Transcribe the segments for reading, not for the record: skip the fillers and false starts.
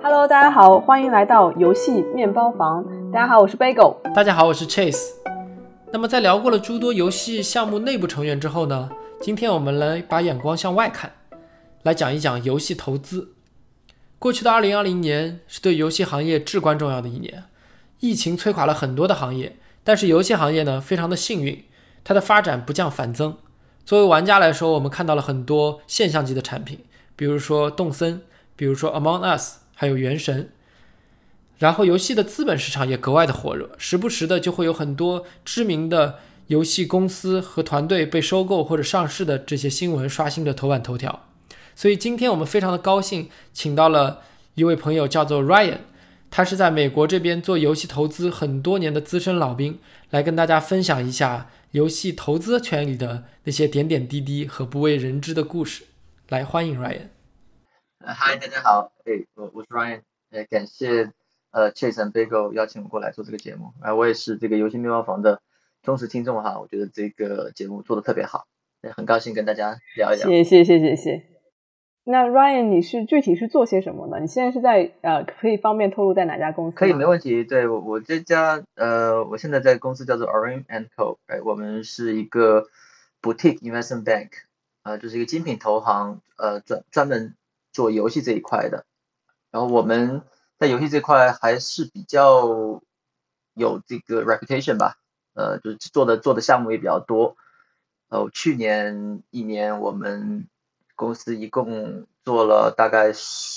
Hello， 大家好，欢迎来到游戏面包房。大家好，我是 Bagel。 大家好，我是 Chase。那么在聊过了诸多游戏项目内部成员之后呢，今天我们来把眼光向外看，来讲一讲游戏投资。过去的2020年是对游戏行业至关重要的一年，疫情摧垮了很多的行业，但是游戏行业呢非常的幸运，它的发展不降反增。作为玩家来说，我们看到了很多现象级的产品，比如说动森，比如说 Among Us， 还有原神。然后游戏的资本市场也格外的火热，时不时的就会有很多知名的游戏公司和团队被收购或者上市的这些新闻刷新着头版头条。所以今天我们非常的高兴请到了一位朋友叫做 Ryan， 他是在美国这边做游戏投资很多年的资深老兵，来跟大家分享一下游戏投资圈里的那些点点滴滴和不为人知的故事。来，欢迎 Ryan。 嗨，大家好，我是 Ryan，感谢Chase and Bagel 邀请我过来做这个节目，我也是这个游戏面包房的忠实听众哈，我觉得这个节目做得特别好，很高兴跟大家聊一聊。 谢谢。那 Ryan 你具体是做些什么呢？你现在是在可以方便透露在哪家公司吗？ 可以，没问题。对，我这家我现在在公司叫做 Orim and Co， 我们是一个 boutique investment bank， 就是一个精品投行，专门做游戏这一块的。然后我们在游戏这块还是比较有这个 reputation 吧，就是做的项目也比较多。去年一年我们公司一共做了大概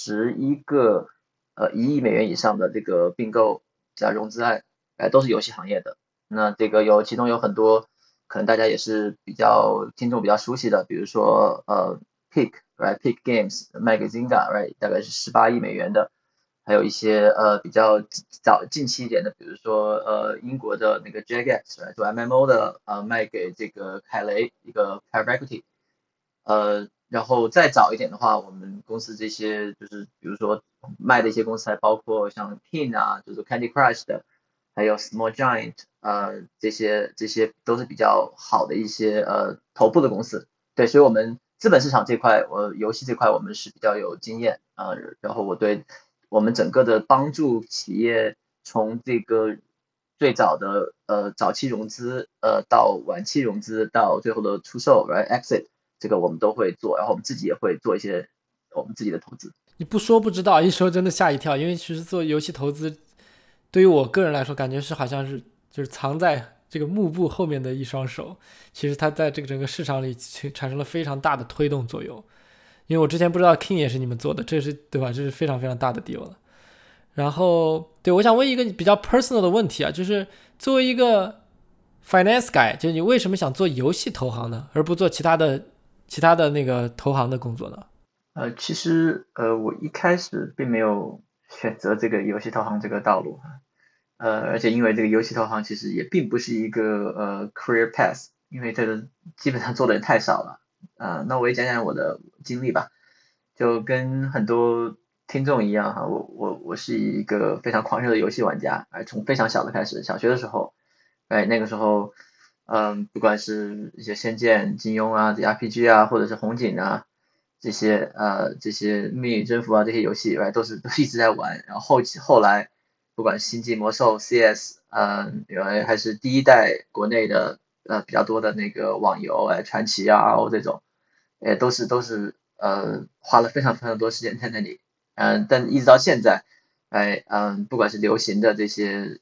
11个1亿美元以上的这个并购加融资案，都是游戏行业的。那这个其中有很多可能大家也是听众比较熟悉的，比如说Peak Games 卖给 Zynga， 大概是18亿美元的，还有一些比较近期一点的，比如说英国的那个 Jagex 做 MMO 的，卖给这个凯雷一个 private equity，然后再早一点的话，我们公司这些就是比如说卖的一些公司还包括像 Pin 啊，就是 Candy Crush 的，还有 Small Giant，这些都是比较好的一些头部的公司。对，所以我们资本市场这块，游戏这块我们是比较有经验啊，然后我对我们整个的帮助企业从这个最早的早期融资到晚期融资到最后的出售 exit， 这个我们都会做，然后我们自己也会做一些我们自己的投资。 你不说不知道，一说真的吓一跳，因为其实做游戏投资对于我个人来说感觉是好像是就是藏在这个幕布后面的一双手，其实它在这个整个市场里产生了非常大的推动作用。因为我之前不知道 King 也是你们做的，这是对吧？这是非常非常大的 deal 了。然后对，我想问一个比较 personal 的问题啊，就是作为一个 finance guy， 就是你为什么想做游戏投行呢，而不做其他的那个投行的工作呢？ 其实我一开始并没有选择这个游戏投行这个道路，而且因为这个游戏投行其实也并不是一个career path， 因为这个基本上做的也太少了。那我也讲讲我的经历吧，就跟很多听众一样哈，我是一个非常狂热的游戏玩家，从非常小的开始，小学的时候，那个时候，不管是一些仙剑、金庸啊、RPG 啊，或者是红警啊，这些秘密征服啊这些游戏，都一直在玩。然后后来，不管星际魔兽、CS，还是第一代国内的比较多的那个网游，传奇啊、RO 这种，都是花了非常非常多时间在那里。但一直到现在，不管是流行的这些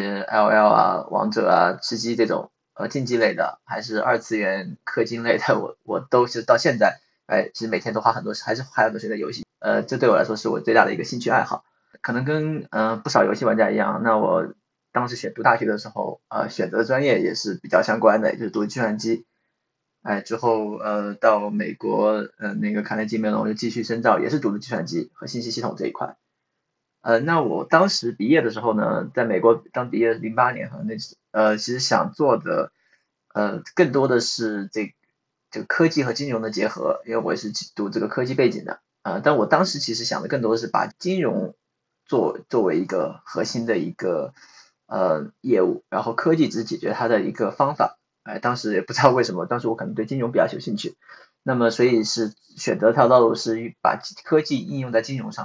LL 啊、王者啊、吃鸡这种竞技类的，还是二次元氪金类的，我都是到现在，其实每天都还是花很多时间在游戏。这对我来说是我最大的一个兴趣爱好。可能跟不少游戏玩家一样，那我当时读大学的时候，选择的专业也是比较相关的，就是读计算机。之后到美国那个卡内基梅隆就继续深造，也是读的计算机和信息系统这一块。那我当时毕业的时候呢，在美国刚毕业08年哈，其实想做的更多的是这个科技和金融的结合，因为我也是读这个科技背景的但我当时其实想的更多的是把金融作为一个核心的一个业务，然后科技只是解决它的一个方法。当时也不知道为什么，当时我可能对金融比较有兴趣，那么所以是选择这条道路是把科技应用在金融上面。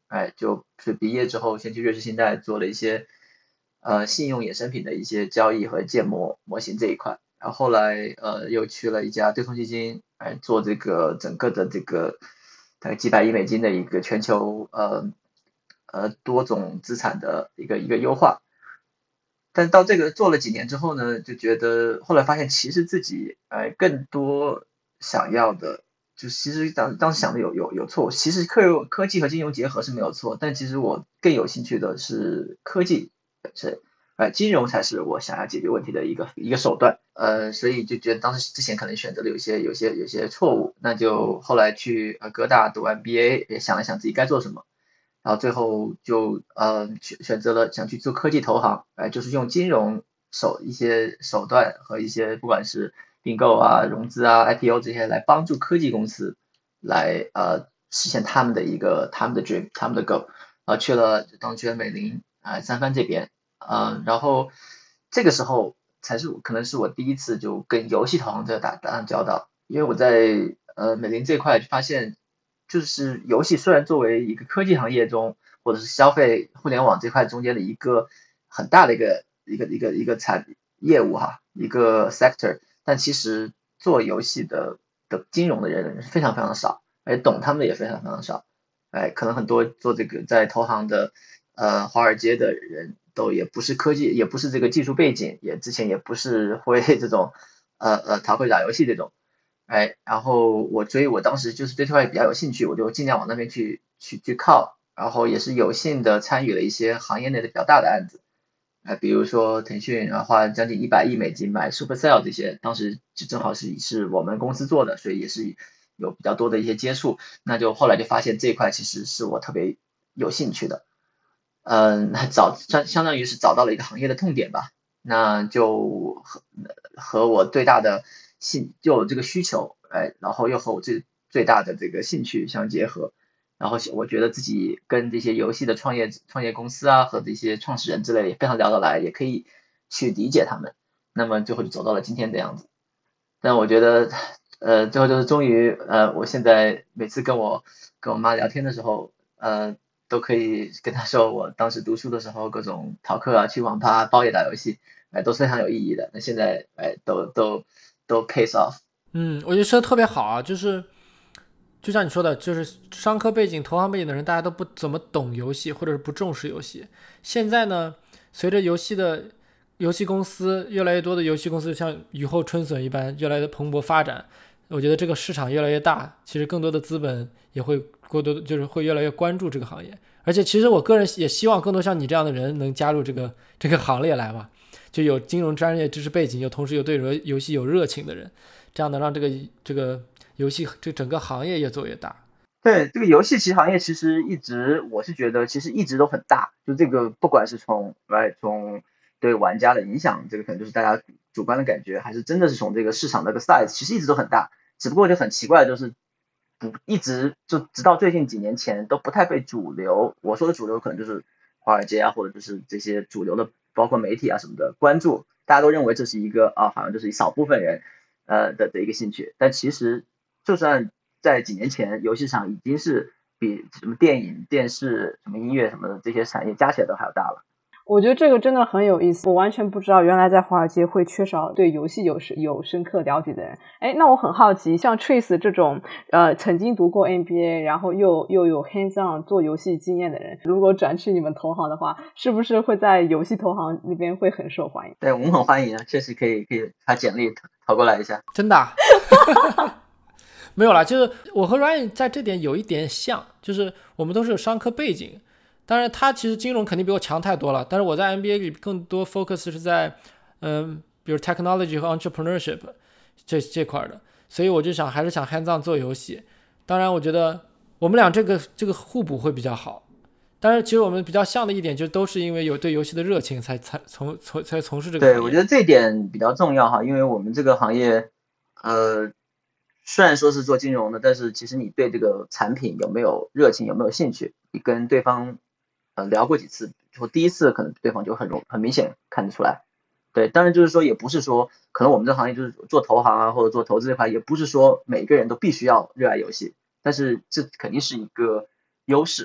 就是毕业之后先去瑞士信贷做了一些信用衍生品的一些交易和建模型这一块，然后后来又去了一家对冲基金，做这个整个的这个大概几百亿美金的一个全球多种资产的一个优化。但到这个做了几年之后呢，就觉得后来发现其实自己更多想要的，就其实当时想的有错误，其实科技和金融结合是没有错，但其实我更有兴趣的是科技本身，金融才是我想要解决问题的一个手段，所以就觉得当时之前可能选择了有些错误，那就后来去哥大读 MBA， 也想了想自己该做什么。然后最后就选择了想去做科技投行，就是用金融一些手段和一些不管是并购啊、融资啊、IPO 这些来帮助科技公司来实现他们的dream、他们的 goal， 当时去了美林三藩这边，然后这个时候可能是我第一次就跟游戏投行这打上交道，因为我在美林这块就发现。就是游戏虽然作为一个科技行业中，或者是消费互联网这块中间的一个很大的一个业务哈，一个 sector， 但其实做游戏的金融的人是非常非常的少，而且懂他们的也非常非常的少，可能很多做这个在投行的华尔街的人都也不是科技，也不是这个技术背景，之前也不是会这种会打游戏这种。然后所以我当时就是对这块比较有兴趣，我就尽量往那边去靠，然后也是有幸的参与了一些行业内的比较大的案子，比如说腾讯花将近100亿美金买 Supercell 这些，当时就正好是我们公司做的，所以也是有比较多的一些接触，那就后来就发现这一块其实是我特别有兴趣的，相当于是找到了一个行业的痛点吧，那就和我最大的就有这个需求，然后又和我最大的这个兴趣相结合，然后我觉得自己跟这些游戏的创业公司啊和这些创始人之类的也非常聊得来，也可以去理解他们，那么最后就走到了今天的样子。但我觉得最后就是终于我现在每次跟我妈聊天的时候，都可以跟她说我当时读书的时候各种逃课啊、去网吧、包夜打游戏，都是非常有意义的。那现在都 pays off。 我觉得说的特别好啊，就像你说的，就是商科背景、投行背景的人，大家都不怎么懂游戏，或者是不重视游戏。现在呢，随着游戏公司越来越多的游戏公司像雨后春笋一般越来越蓬勃发展，我觉得这个市场越来越大，其实更多的资本也会就是会越来越关注这个行业。而且其实我个人也希望更多像你这样的人能加入这个行列来吧，就有金融专业知识背景，同时有对游戏有热情的人，这样能让这个游戏这整个行业越做越大。 对，这个游戏行业其实我是觉得其实一直都很大，就这个不管是从对玩家的影响，这个可能就是大家主观的感觉，还是真的是从这个市场的 size， 其实一直都很大，只不过就很奇怪的就是一直就直到最近几年前都不太被主流，我说的主流可能就是华尔街啊，或者就是这些主流的包括媒体啊什么的关注，大家都认为这是一个好像就是一少部分人的一个兴趣，但其实就算在几年前游戏场已经是比什么电影、电视、什么音乐什么的这些产业加起来都还要大了。 我觉得这个真的很有意思，我完全不知道原来在华尔街会缺少对游戏有深刻了解的人。那我很好奇，像 Trace 这种曾经读过 MBA 然后又有 hands on 做游戏经验的人，如果转去你们投行的话，是不是会在游戏投行那边会很受欢迎？ 对，我们很欢迎啊，确实可以发简历投过来一下。 真的没有啦，就是我和 Ryan 在这点有一点像，就是我们都是有商科背景，当然他其实金融肯定比我强太多了，但是我在 MBA 里更多 focus 是在比如 technology 和 entrepreneurship 这块的，所以我就还是想 hands on 做游戏。当然我觉得我们俩这个互补会比较好，但是其实我们比较像的一点就都是因为有对游戏的热情才从事这个行业。 对，我觉得这一点比较重要哈，因为我们这个行业虽然说是做金融的，但是其实你对这个产品有没有热情，有没有兴趣，你跟对方聊过几次，就第一次可能对方就很明显看得出来。对，当然就是说也不是说可能我们这个行业就是做投行啊或者做投资这块，也不是说每个人都必须要热爱游戏，但是这肯定是一个优势，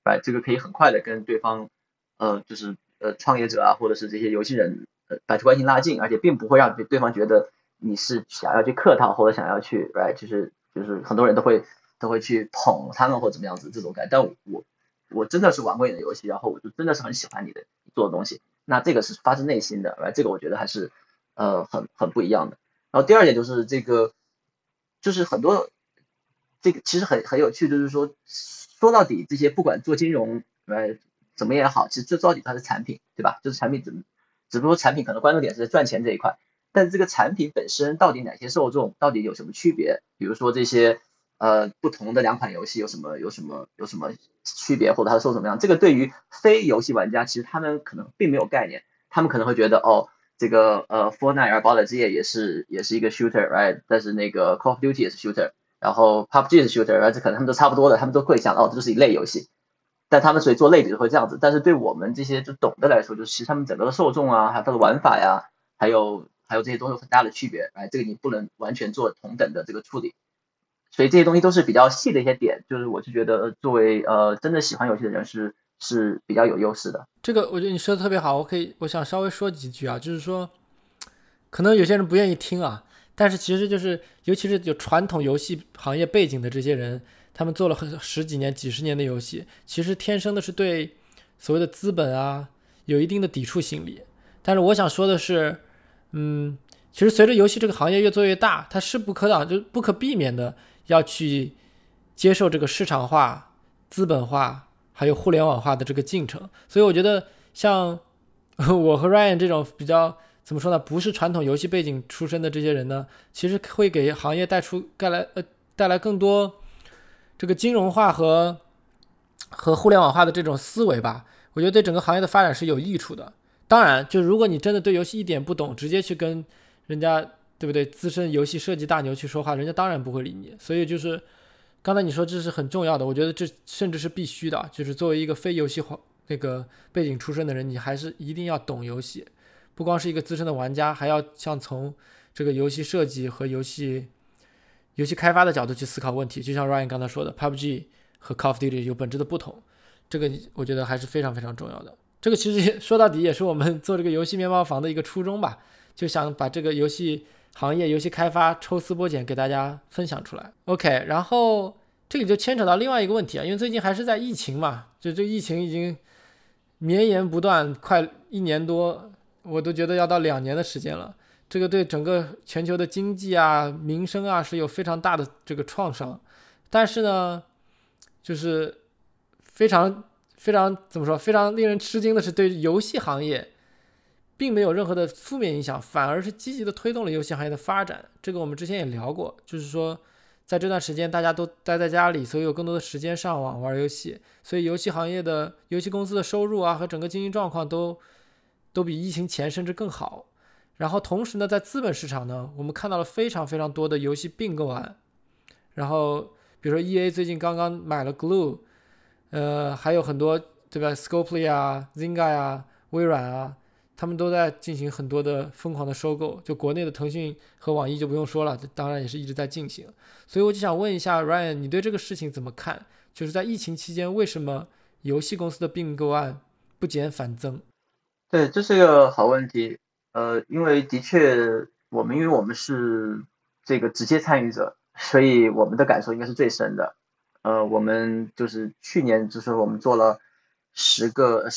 这个可以很快的跟对方就是创业者啊，或者是这些游戏人把关系拉近，而且并不会让对方觉得你是想要去客套或者想要去就是很多人都会去捧他们或怎么样子这种感觉，但我真的是玩过你的游戏，然后我就真的是很喜欢你做的东西，那这个是发自内心的，这个我觉得还是很不一样的。然后第二点就是这个就是很多这个其实很有趣，就是说到底这些不管做金融怎么也好，其实最到底它是产品，对吧？就是产品只不过产品可能关注点是在赚钱这一块，但是这个产品本身到底哪些受众到底有什么区别？比如说这些不同的两款游戏有什么区别，或者它的受众怎么样？这个对于非游戏玩家，其实他们可能并没有概念，他们可能会觉得这个Fortnite 堡垒之夜也是一个 shooter， 但是那个 Call of Duty 也是 shooter， 然后 PUBG 是 shooter， 这可能他们都差不多的，他们都会想这就是一类游戏。但他们所以做类比会这样子，但是对我们这些就懂的来说，就是其实他们整个的受众啊，还有它的玩法呀，还有这些都有很大的区别，这个你不能完全做同等的这个处理，所以这些东西都是比较细的一些点，就是我就觉得作为真的喜欢游戏的人是比较有优势的。 这个我觉得你说的特别好，我想稍微说几句啊，就是说可能有些人不愿意听啊，但是其实就是尤其是有传统游戏行业背景的这些人，他们做了十几年几十年的游戏，其实天生的是对所谓的资本啊有一定的抵触心理。但是我想说的是其实随着游戏这个行业越做越大，它是不可避免的要去接受这个市场化、资本化还有互联网化的这个进程。所以我觉得像我和 Ryan 这种比较怎么说呢，不是传统游戏背景出身的这些人呢，其实会给行业带来更多这个金融化和互联网化的这种思维吧。我觉得对整个行业的发展是有益处的。当然，就如果你真的对游戏一点不懂，直接去跟人家对不对资深游戏设计大牛去说话，人家当然不会理你。所以就是刚才你说这是很重要的，我觉得这甚至是必须的，就是作为一个非游戏那个背景出身的人，你还是一定要懂游戏，不光是一个资深的玩家，还要像从这个游戏设计和游戏开发的角度去思考问题。就像 Ryan 刚才说的 PUBG 和 Call of Duty 有本质的不同，这个我觉得还是非常非常重要的。这个其实说到底也是我们做这个游戏面包房的一个初衷吧，就想把这个游戏行业游戏开发抽丝剥茧给大家分享出来。 OK， 然后这里就牵扯到另外一个问题啊，因为最近还是在疫情嘛，就这疫情已经绵延不断，快1年多，我都觉得要到2年的时间了。这个对整个全球的经济啊、民生啊是有非常大的这个创伤。但是呢，就是非常怎么说，非常令人吃惊的是，对游戏行业并没有任何的负面影响，反而是积极的推动了游戏行业的发展。这个我们之前也聊过，就是说在这段时间大家都待在家里，所以有更多的时间上网玩游戏，所以游戏行业的游戏公司的收入啊和整个经营状况都比疫情前甚至更好。然后同时呢，在资本市场呢，我们看到了非常非常多的游戏并购案。然后比如说 EA 最近刚刚买了 Glue，还有很多对吧 Scopely 啊 Zynga 啊微软啊，他们都在进行很多的疯狂的收购。就国内的腾讯和网易就不用说了，当然也是一直在进行。所以我就想问一下 Ryan， 你对这个事情怎么看？就是在疫情期间，为什么游戏公司的并购案不减反增？ 对，这是一个好问题。因为的确因为我们是这个直接参与者，所以我们的感受应该是最深的。我们就是去年就是我们做了11个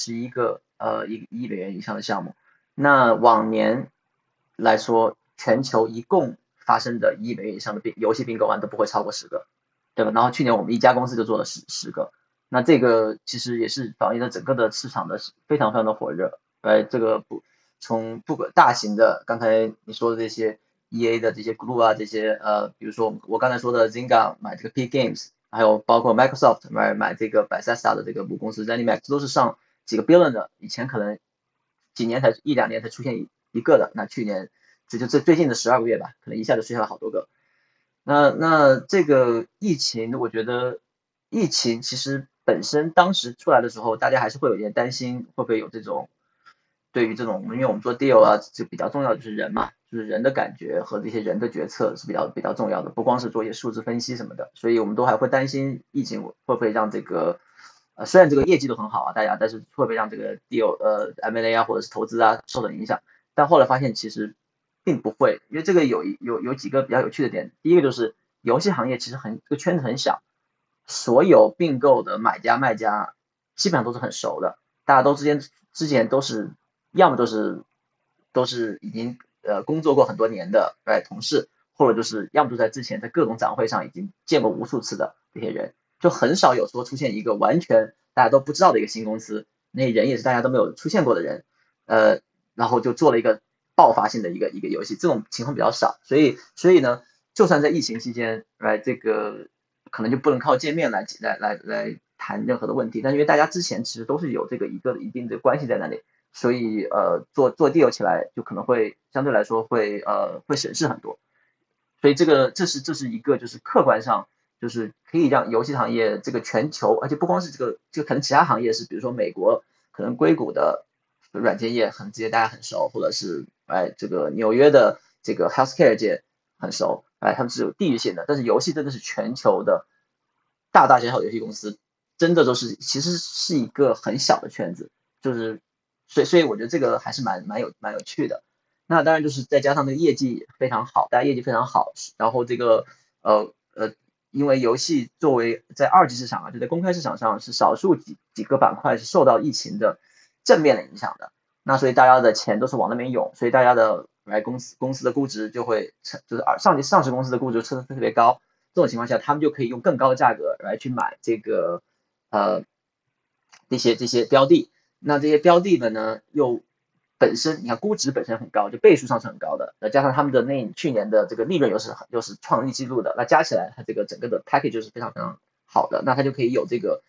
1亿美元以上的项目，那往年来说，全球一共发生的1亿美元以上的游戏并购案都不会超过10个，对吧？然后去年我们一家公司就做了10个，那这个其实也是反映了整个的市场的非常非常的火热。这个不管大型的，刚才你说的这些 EA 的这些 Glue 啊，这些比如说我刚才说的 Zynga 买这个 Peak Games， 还有包括 Microsoft 买这个 Bethesda 的这个母公司 ZeniMax， 都是上几个 billion 的，以前可能1-2年才出现一个的，那去年就最近的12个月吧，可能一下就出现了好多个。那这个疫情，我觉得疫情其实本身当时出来的时候，大家还是会有点担心，会不会有这种对于这种，因为我们做 deal 啊，就比较重要的就是人嘛，就是人的感觉和这些人的决策是比较重要的，不光是做一些数字分析什么的，所以我们都还会担心疫情会不会让这个虽然这个业绩都很好啊，大家，但是会不会让这个 deal M&A 啊或者是投资啊受到影响？但后来发现其实并不会，因为这个有几个比较有趣的点。第一个就是游戏行业其实这个圈子很小，所有并购的买家卖家基本上都是很熟的，大家都之前都是要么都是已经工作过很多年的同事，或者就是要么就在之前在各种展会上已经见过无数次的这些人，就很少有说出现一个完全大家都不知道的一个新公司，那人也是大家都没有出现过的人，然后就做了一个爆发性的一个游戏，这种情况比较少，所以呢，就算在疫情期间，这个可能就不能靠见面来谈任何的问题，但因为大家之前其实都是有这个一定的关系在那里，所以做 deal 起来就可能会相对来说会省事很多，所以这是一个就是客观上就是可以让游戏行业这个全球，而且不光是这个，就可能其他行业是比如说美国可能硅谷的软件业很直接大家很熟，或者是这个纽约的这个 healthcare 界很熟，他们是有地域性的，但是游戏真的是全球的大大小小游戏公司，真的都是其实是一个很小的圈子，就是所以我觉得这个还是蛮有趣的。那当然就是再加上这个业绩非常好，大家业绩非常好，然后这个因为游戏作为在二级市场啊，就在公开市场上是少数几个板块是受到疫情的正面的影响的，那所以大家的钱都是往那边涌，所以大家的公司的估值就会就是上市公司的估值特别高，这种情况下他们就可以用更高的价格来去买这个这些标的，那这些标的的呢又本身你看估值本身很高，就倍数上是很高的，加上他们的去年的这个利润又是创立记录的，那加起来它这个整个的 package 就是非常非常好的，那它就可以有这个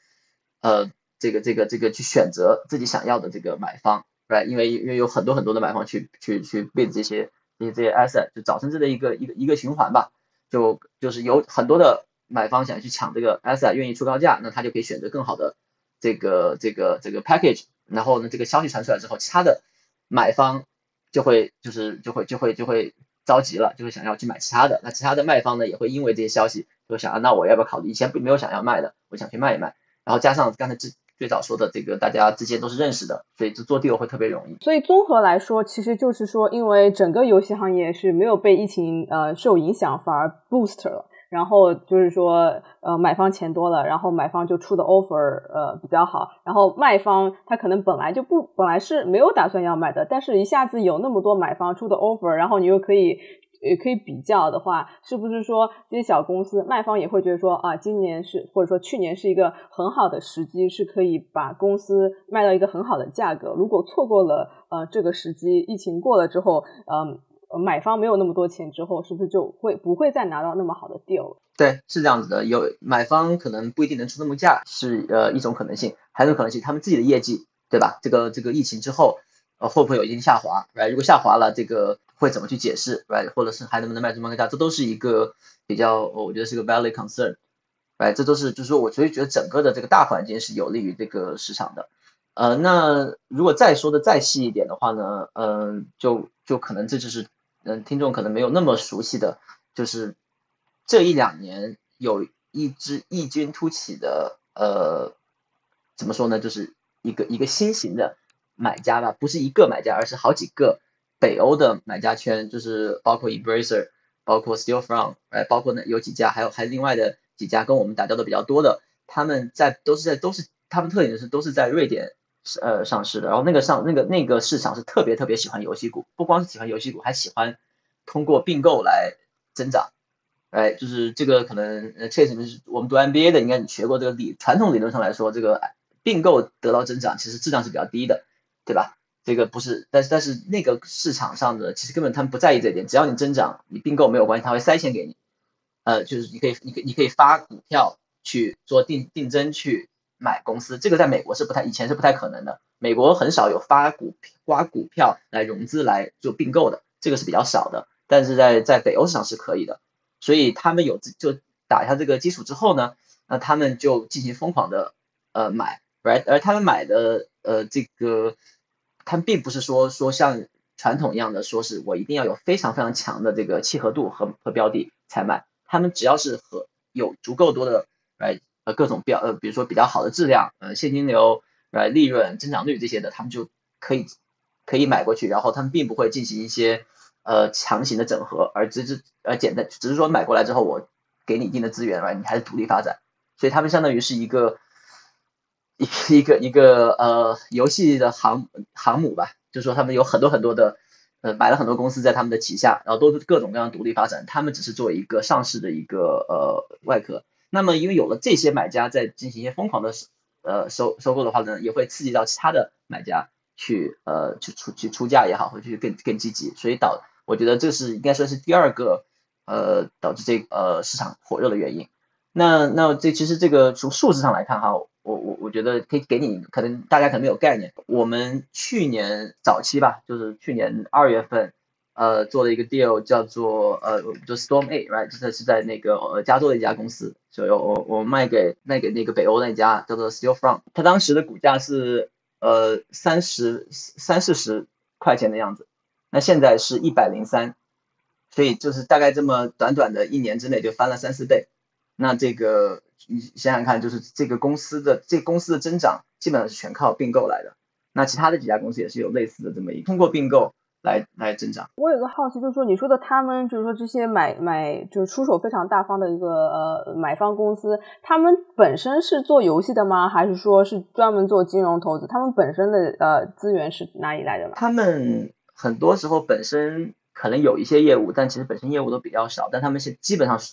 去选择自己想要的这个买方，因为有很多的买方去 bid 这些 asset， 就造成这的一个循环吧，就是有很多的买方想去抢这个 asset， 愿意出高价，那他就可以选择更好的这个 package， 然后呢这个消息传出来之后，其他的买方就会着急了，就会想要去买其他的，那其他的卖方呢也会因为这些消息就想那我要不要考虑，以前并没有想要卖的，我想去卖一卖，然后加上刚才最早说的这个大家之间都是认识的，所以做 deal 会特别容易。 所以综合来说，其实就是说，因为整个游戏行业是没有被疫情受影响，反而 boost 了。然后就是说买方钱多了，然后买方就出的 offer 比较好，然后卖方他可能本来是没有打算要卖的，但是一下子有那么多买方出的 offer， 然后你又可以比较的话，是不是说这些小公司卖方也会觉得说啊，今年或者说去年是一个很好的时机，是可以把公司卖到一个很好的价格，如果错过了这个时机，疫情过了之后买方没有那么多钱之后，是不是就不会再拿到那么好的 deal？ 对，是这样子的，有买方可能不一定能出那么价，是一种可能性，还有一种可能性他们自己的业绩，对吧？这个疫情之后会不会有一定下滑，如果下滑了，这个会怎么去解释，或者是还能不能卖这么个价，这都是一个比较我觉得是个 valid concern，这都是就是说我所以觉得整个的这个大环境是有利于这个市场的。那如果再说的再细一点的话呢，就可能这就是听众可能没有那么熟悉的，就是这1-2年有一支异军突起的怎么说呢，就是一个新型的买家吧，不是一个买家，而是好几个北欧的买家圈，就是包括 Embracer， 包括 Stillfront， 包括有几家，还有另外的几家跟我们打交道比较多的，他们都是他们特点是都是在瑞典上市的，然后那个市场是特别喜欢游戏股，不光是喜欢游戏股，还喜欢通过并购来增长。就是这个可能Chase 我们读 MBA 的，应该你学过这个传统理论上来说，这个并购得到增长其实质量是比较低的，对吧？这个不是，但是那个市场上的其实根本他们不在意这一点，只要你增长，你并购没有关系，他会塞钱给你，就是你可以发股票去做定增去买公司，这个在美国以前是不太可能的，美国很少有发股票来融资来做并购的，这个是比较少的，但是在北欧市场是可以的。所以他们就打下这个基础之后呢，那他们就进行疯狂的买，而他们买的这个，他们并不是说像传统一样的说是我一定要有非常非常强的这个契合度和标的才买，他们只要是有足够多的各种比如说比较好的质量，现金流、利润、增长率这些的，他们就可以买过去，然后他们并不会进行一些强行的整合，而只是说买过来之后我给你一定的资源，你还是独立发展，所以他们相当于是一个游戏的航母吧，就是说他们有很多的买了很多公司在他们的旗下，然后都是各种各样独立发展，他们只是作为一个上市的一个外壳。那么因为有了这些买家在进行一些疯狂的收购的话呢，也会刺激到其他的买家去出价也好，会去更积极，所以我觉得这是应该说是第二个导致这个市场火热的原因。那其实这个从数字上来看哈，我觉得可以给你，可能大家可能没有概念。我们去年早期吧，就是去年2月份，做了一个 deal 叫做就 Storm 8，right， 这是在那个加州的一家公司，所以我卖给那个北欧那家叫做 Stillfront， 它当时的股价是30-40块钱的样子，那现在是103，所以就是大概这么短短的1年之内就翻了3-4倍。那这个你想想看，就是这个公司的增长基本上是全靠并购来的。那其他的几家公司也是有类似的这么一个通过并购来增长。 我有个好奇，就是说你说的他们就是说这些就是出手非常大方的一个买方公司，他们本身是做游戏的吗？还是说是专门做金融投资？他们本身的资源是哪里来的吗？ 他们很多时候本身可能有一些业务，但其实本身业务都比较少，但他们是基本上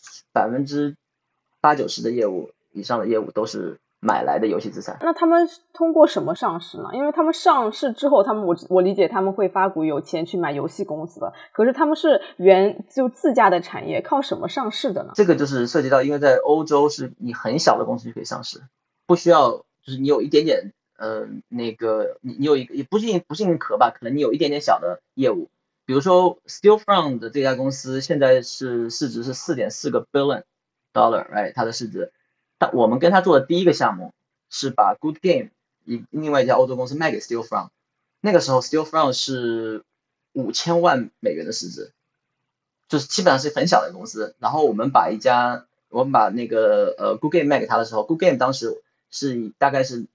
80%-90%的业务以上的业务都是买来的游戏资产。 那他们通过什么上市呢？因为他们上市之后，我理解他们会发股有钱去买游戏公司的，可是他们是就自家的产业，靠什么上市的呢？ 这个就是涉及到，因为在欧洲是你很小的公司就可以上市，不需要就是你有一点点那个你有一个也不是一个壳吧，可能你有一点点小的业务，比如说 Stillfront 的这家公司现在市值是4.4个 billion dollar，right， 它的市值。但我们跟他做的第一个项目是把 Good Game 另外一家欧洲公司卖给 Stillfront， 那个时候 Stillfront 是5000万美元的市值，就是基本上是很小的公司。然后我们把那个Good Game 卖给他的时候， Good Game 当时是大概是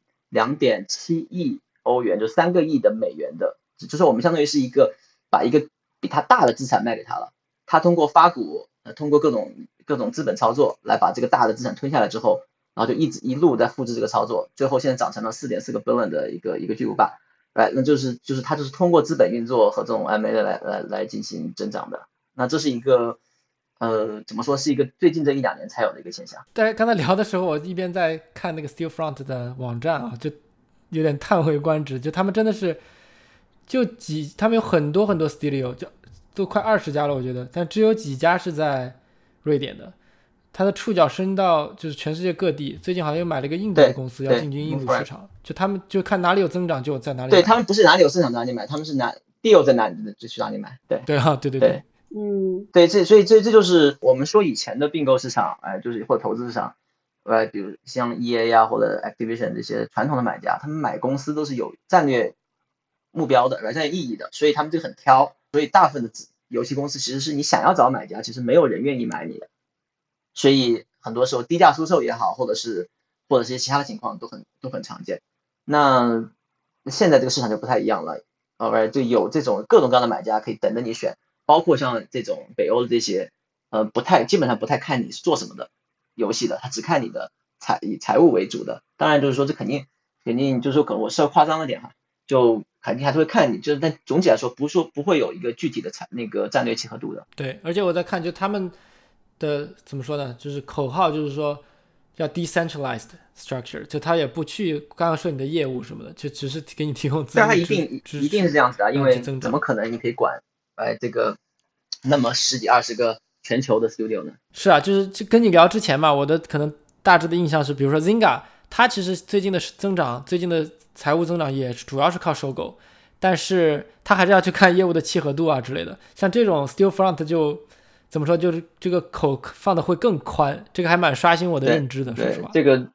2.7亿欧元，就3个亿的美元的，就是我们相当于是把一个比他大的资产卖给他了，他通过发股通过各种资本操作来把这个大的资产吞下来之后，然后就一路在复制这个操作，最后现在长成了4.4个 billion 的一个巨无霸，那就是它就是通过资本运作和这种 M&A 来进行增长的。那这是一个怎么说，是一个最近这1-2年才有的一个现象。 大家刚才聊的时候，我一边在看那个 Stillfront 的网站啊，就有点叹为观止，就他们真的是他们有很多很多 studio， 就都快20家了我觉得，但只有几家是在瑞典的，它的触角伸到就是全世界各地。最近好像又买了一个印度的公司要进军印度市场，就他们就看哪里有增长就在哪里买。 对，他们不是哪里有市场哪里买，他们是deal 在哪里就去哪里买。 对啊，对， 对，所以这就是我们说以前的并购市场，就是或者投资市场，比如像 EA 啊或者 Activision 这些传统的买家，他们买公司都是有战略目标的，战略意义的，所以他们就很挑。所以大部分的游戏公司其实是你想要找买家，其实没有人愿意买你的，所以很多时候低价出售也好，或者是一些其他的情况都很常见。那现在这个市场就不太一样了，就有这种各种各样的买家可以等着你选，包括像这种北欧的这些基本上不太看你是做什么的游戏的，他只看你的以财务为主的。当然就是说这肯定就是说可能我稍微夸张了点哈，就肯定还是会看你，就是但总体来说不会有一个具体的那个战略契合度的。 对，而且我在看就他们的怎么说呢，就是口号就是说要 decentralized structure， 就他也不去刚刚说你的业务什么的，就只是给你提供资金。 但他一定是这样子的，因为怎么可能你可以管这个那么10几20个全球的 studio 呢？ 是啊，就是跟你聊之前嘛，我的可能大致的印象是，比如说 Zynga， 它其实最近的财务增长也主要是靠收购，但是它还是要去看业务的契合度啊之类的。像这种 Stillfront 就怎么说，就是这个口放的会更宽，这个还蛮刷新我的认知的。说实话， 这个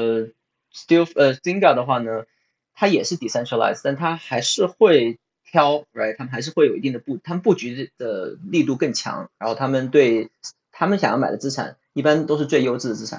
Zynga 的话呢，它也是 decentralized， 但它还是会挑 ，right， 他们还是会有一定的他们布局的力度更强，然后他们想要买的资产一般都是最优质的资产，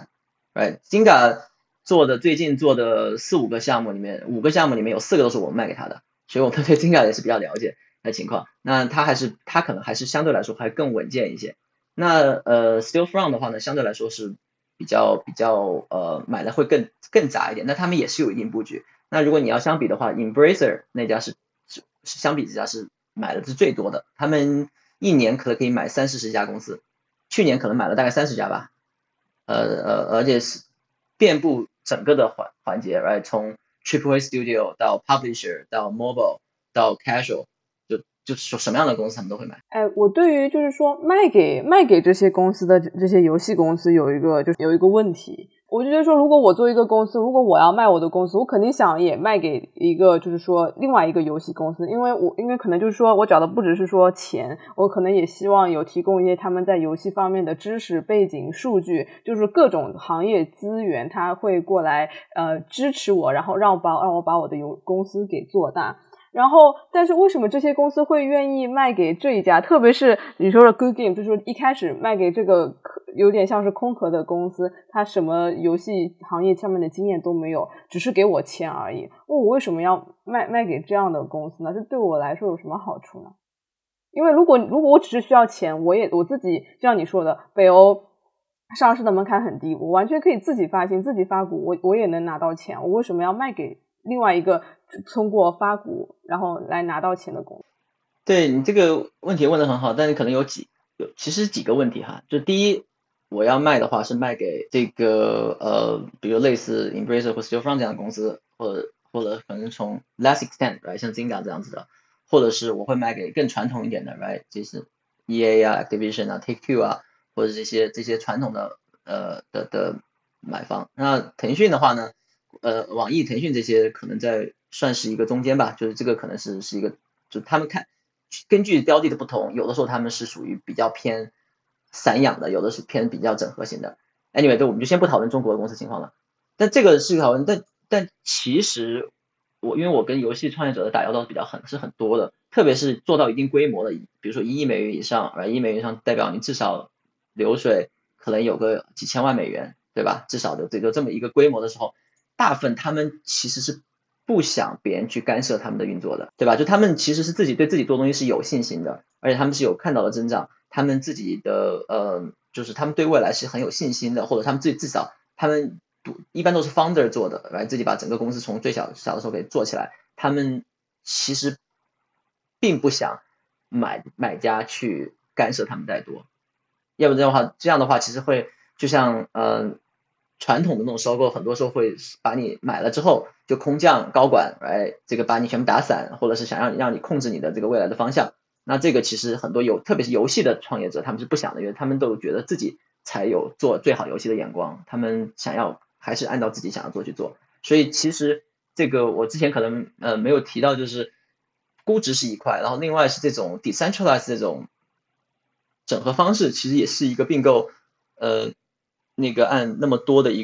，Zynga 最近做的4-5个项目里面，5个项目里面有4个都是我们卖给他的，所以我们对 Zynga 也是比较了解的情况。那他可能还是相对来说还更稳健一些。那Stillfront 的话呢，相对来说是比较买的会更杂一点，那他们也是有一定布局。那如果你要相比的话 ，Embracer 那家是相比之下是买的是最多的，他们一年可能可以买30-40家公司，去年可能买了大概30家吧，而且是遍布整个的环节 ，right， 从 AAA Studio 到 Publisher 到 Mobile 到 Casual， 就什么样的公司他们都会买。 我对于就是说卖给这些公司的这些游戏公司有一个问题，我就觉得说，如果我作为一个公司，如果我要卖我的公司，我肯定想也卖给一个就是说另外一个游戏公司，因为可能就是说我找的不只是说钱，我可能也希望有提供一些他们在游戏方面的知识背景数据，就是各种行业资源，他会过来支持我，然后让我把我的公司给做大。然后但是为什么这些公司会愿意卖给这一家，特别是你说的 Good Game， 就是说一开始卖给这个有点像是空壳的公司，他什么游戏行业上面的经验都没有，只是给我钱而已，我为什么要卖给这样的公司呢？这对我来说有什么好处呢？因为如果我只是需要钱，我自己就像你说的，北欧上市的门槛很低，我完全可以自己发行自己发股，我也能拿到钱，我为什么要卖给另外一个通过发股然后来拿到钱的公司？ 对，你这个问题问得很好，但是可能其实几个问题哈。就第一，我要卖的话是卖给这个比如类似 Embracer 或 Stillfront 这样的公司，或者可能从 less extent right 像 Zynga 这样子的，或者是我会卖给更传统一点的 right， 就是 EA 啊 Activision 啊 Take-Two 啊，或者这些传统的的买方。那腾讯的话呢，网易腾讯这些可能算是一个中间吧，就是这个可能是一个，就他们根据标的的不同，有的时候他们是属于比较偏散养的，有的是偏比较整合型的。Anyway， 对，我们就先不讨论中国的公司情况了。但这个是讨论，但其实因为我跟游戏创业者的打交道是很多的，特别是做到一定规模的，比如说1亿美元以上，1亿美元以上代表你至少流水可能有个几千万美元，对吧？至少就这么一个规模的时候，大部分他们其实是不想别人去干涉他们的运作的，对吧？就他们其实是对自己做东西是有信心的，而且他们是有看到的增长，他们自己的就是他们对未来是很有信心的，或者他们至少他们一般都是 founder 做的，来自己把整个公司从最小的时候给做起来，他们其实并不想买家去干涉他们太多，要不这样的话其实会就像传统的那种收购，很多时候会把你买了之后就空降高管，这个把你全部打散，或者是想让你控制你的这个未来的方向。那这个其实很多特别是游戏的创业者，他们是不想的，因为他们都觉得自己才有做最好游戏的眼光，他们想要还是按照自己想要做去做。所以其实这个我之前可能没有提到，就是估值是一块，然后另外是这种 decentralized 这种整合方式，其实也是一个并购那个按那么多的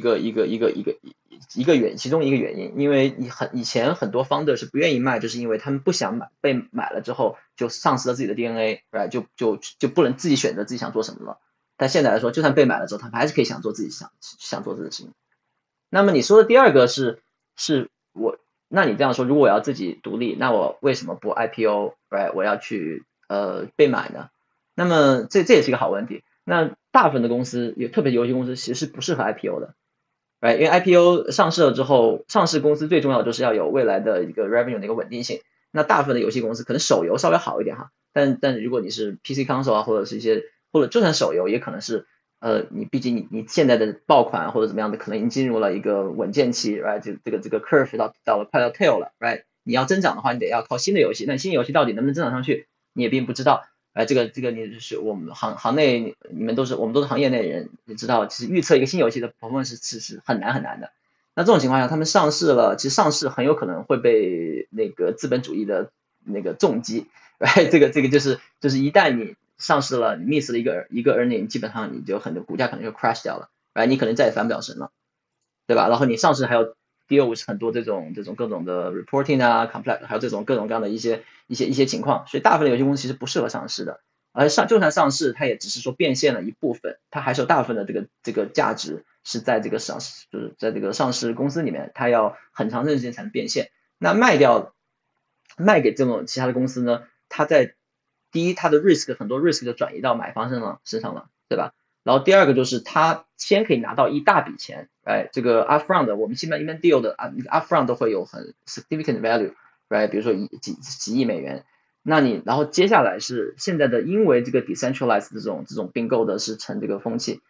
其中一个原因。因为以前很多 founder 是不愿意卖，就是因为他们不想被买了之后就丧失了自己的 DNA， 就不能自己选择自己想做什么了。但现在来说，就算被买了之后，他们还是可以想做自己想做的事情。那么你说的第二个是那你这样说，如果我要自己独立，那我为什么不 IPO， 我要去被买呢？那么这也是一个好问题。那大部分的公司，特别游戏公司其实是不适合 IPO 的，因为 IPO 上市了之后，上市公司最重要的就是要有未来的一个 revenue 的一个稳定性。那大部分的游戏公司可能手游稍微好一点哈，但如果你是 PC console 啊，或者就算手游，也可能是你毕竟你现在的爆款或者怎么样的，可能已经进入了一个稳健期，就这个 curve 到了快到 tail 了，你要增长的话，你得要靠新的游戏，那新游戏到底能不能增长上去，你也并不知道。这个你就是我们行内我们都是行业内人，你知道，其实预测一个新游戏的 performance 是很难的。那这种情况下，他们上市了，其实上市很有可能会被那个资本主义的那个重击，这个就是一旦你上市了，你 miss 了一个 earning， 基本上你就股价可能就 crash 掉了，你可能再也翻不了身了，对吧？然后你上市还有deal with 很多这种各种的 reporting 啊 complex， 还有这种各种各样的一些情况，所以大部分的游戏公司其实不适合上市的，而就算上市，它也只是说变现了一部分，它还是有大部分的这个价值是在这个就是在这个上市公司里面，它要很长一段时间才能变现。那卖给这种其他的公司呢，它在第一，它的很多 risk 就转移到买方身上了，对吧？然后第二个就是它先可以拿到一大笔钱，这个 upfront 我们一般 deal 的upfront 都会有很 significant value， 比如说几亿美元。那你然后接下来是现在的，因为这个 decentralized 这种并购的是成这个风气，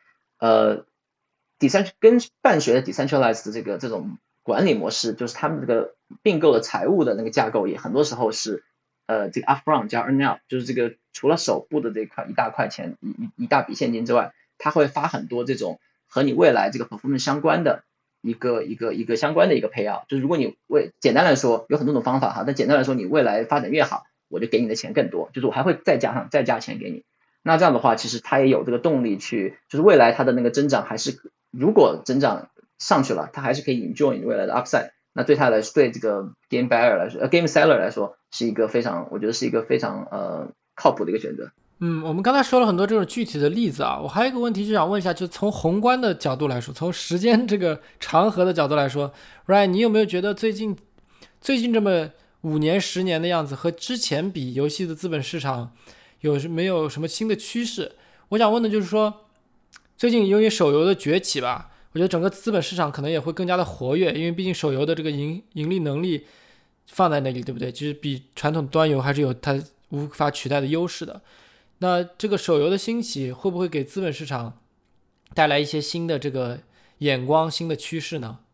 跟办学的 decentralized 的这种管理模式，就是他们这个并购的财务的那个架构也很多时候是这个 upfront 加 earn out， 就是这个除了首部的这块一大块钱一大笔现金之外，他会发很多这种和你未来这个 performance 相关的一个相关的一个 payout， 就是如果你简单来说有很多种方法哈，但简单来说你未来发展越好，我就给你的钱更多，就是我还会再加钱给你。那这样的话，其实它也有这个动力去，就是未来它的那个增长还是，如果增长上去了，它还是可以 enjoy 未来的 upside。那对他来说，对这个 game buyer 来说，game seller 来说，是一个非常，我觉得是一个非常靠谱的一个选择。 我们刚才说了很多这种具体的例子啊，我还有一个问题就想问一下，就从宏观的角度来说，从时间这个长河的角度来说 ，Ryan， 你有没有觉得最近这么5年10年的样子，和之前比，游戏的资本市场没有什么新的趋势？我想问的就是说，最近由于手游的崛起吧，我觉得整个资本市场可能也会更加的活跃，因为毕竟手游的这个盈利能力放在那里，对不对？就是比传统端游还是有它无法取代的优势的。那这个手游的兴起会不会给资本市场带来一些新的这个眼光、新的趋势呢？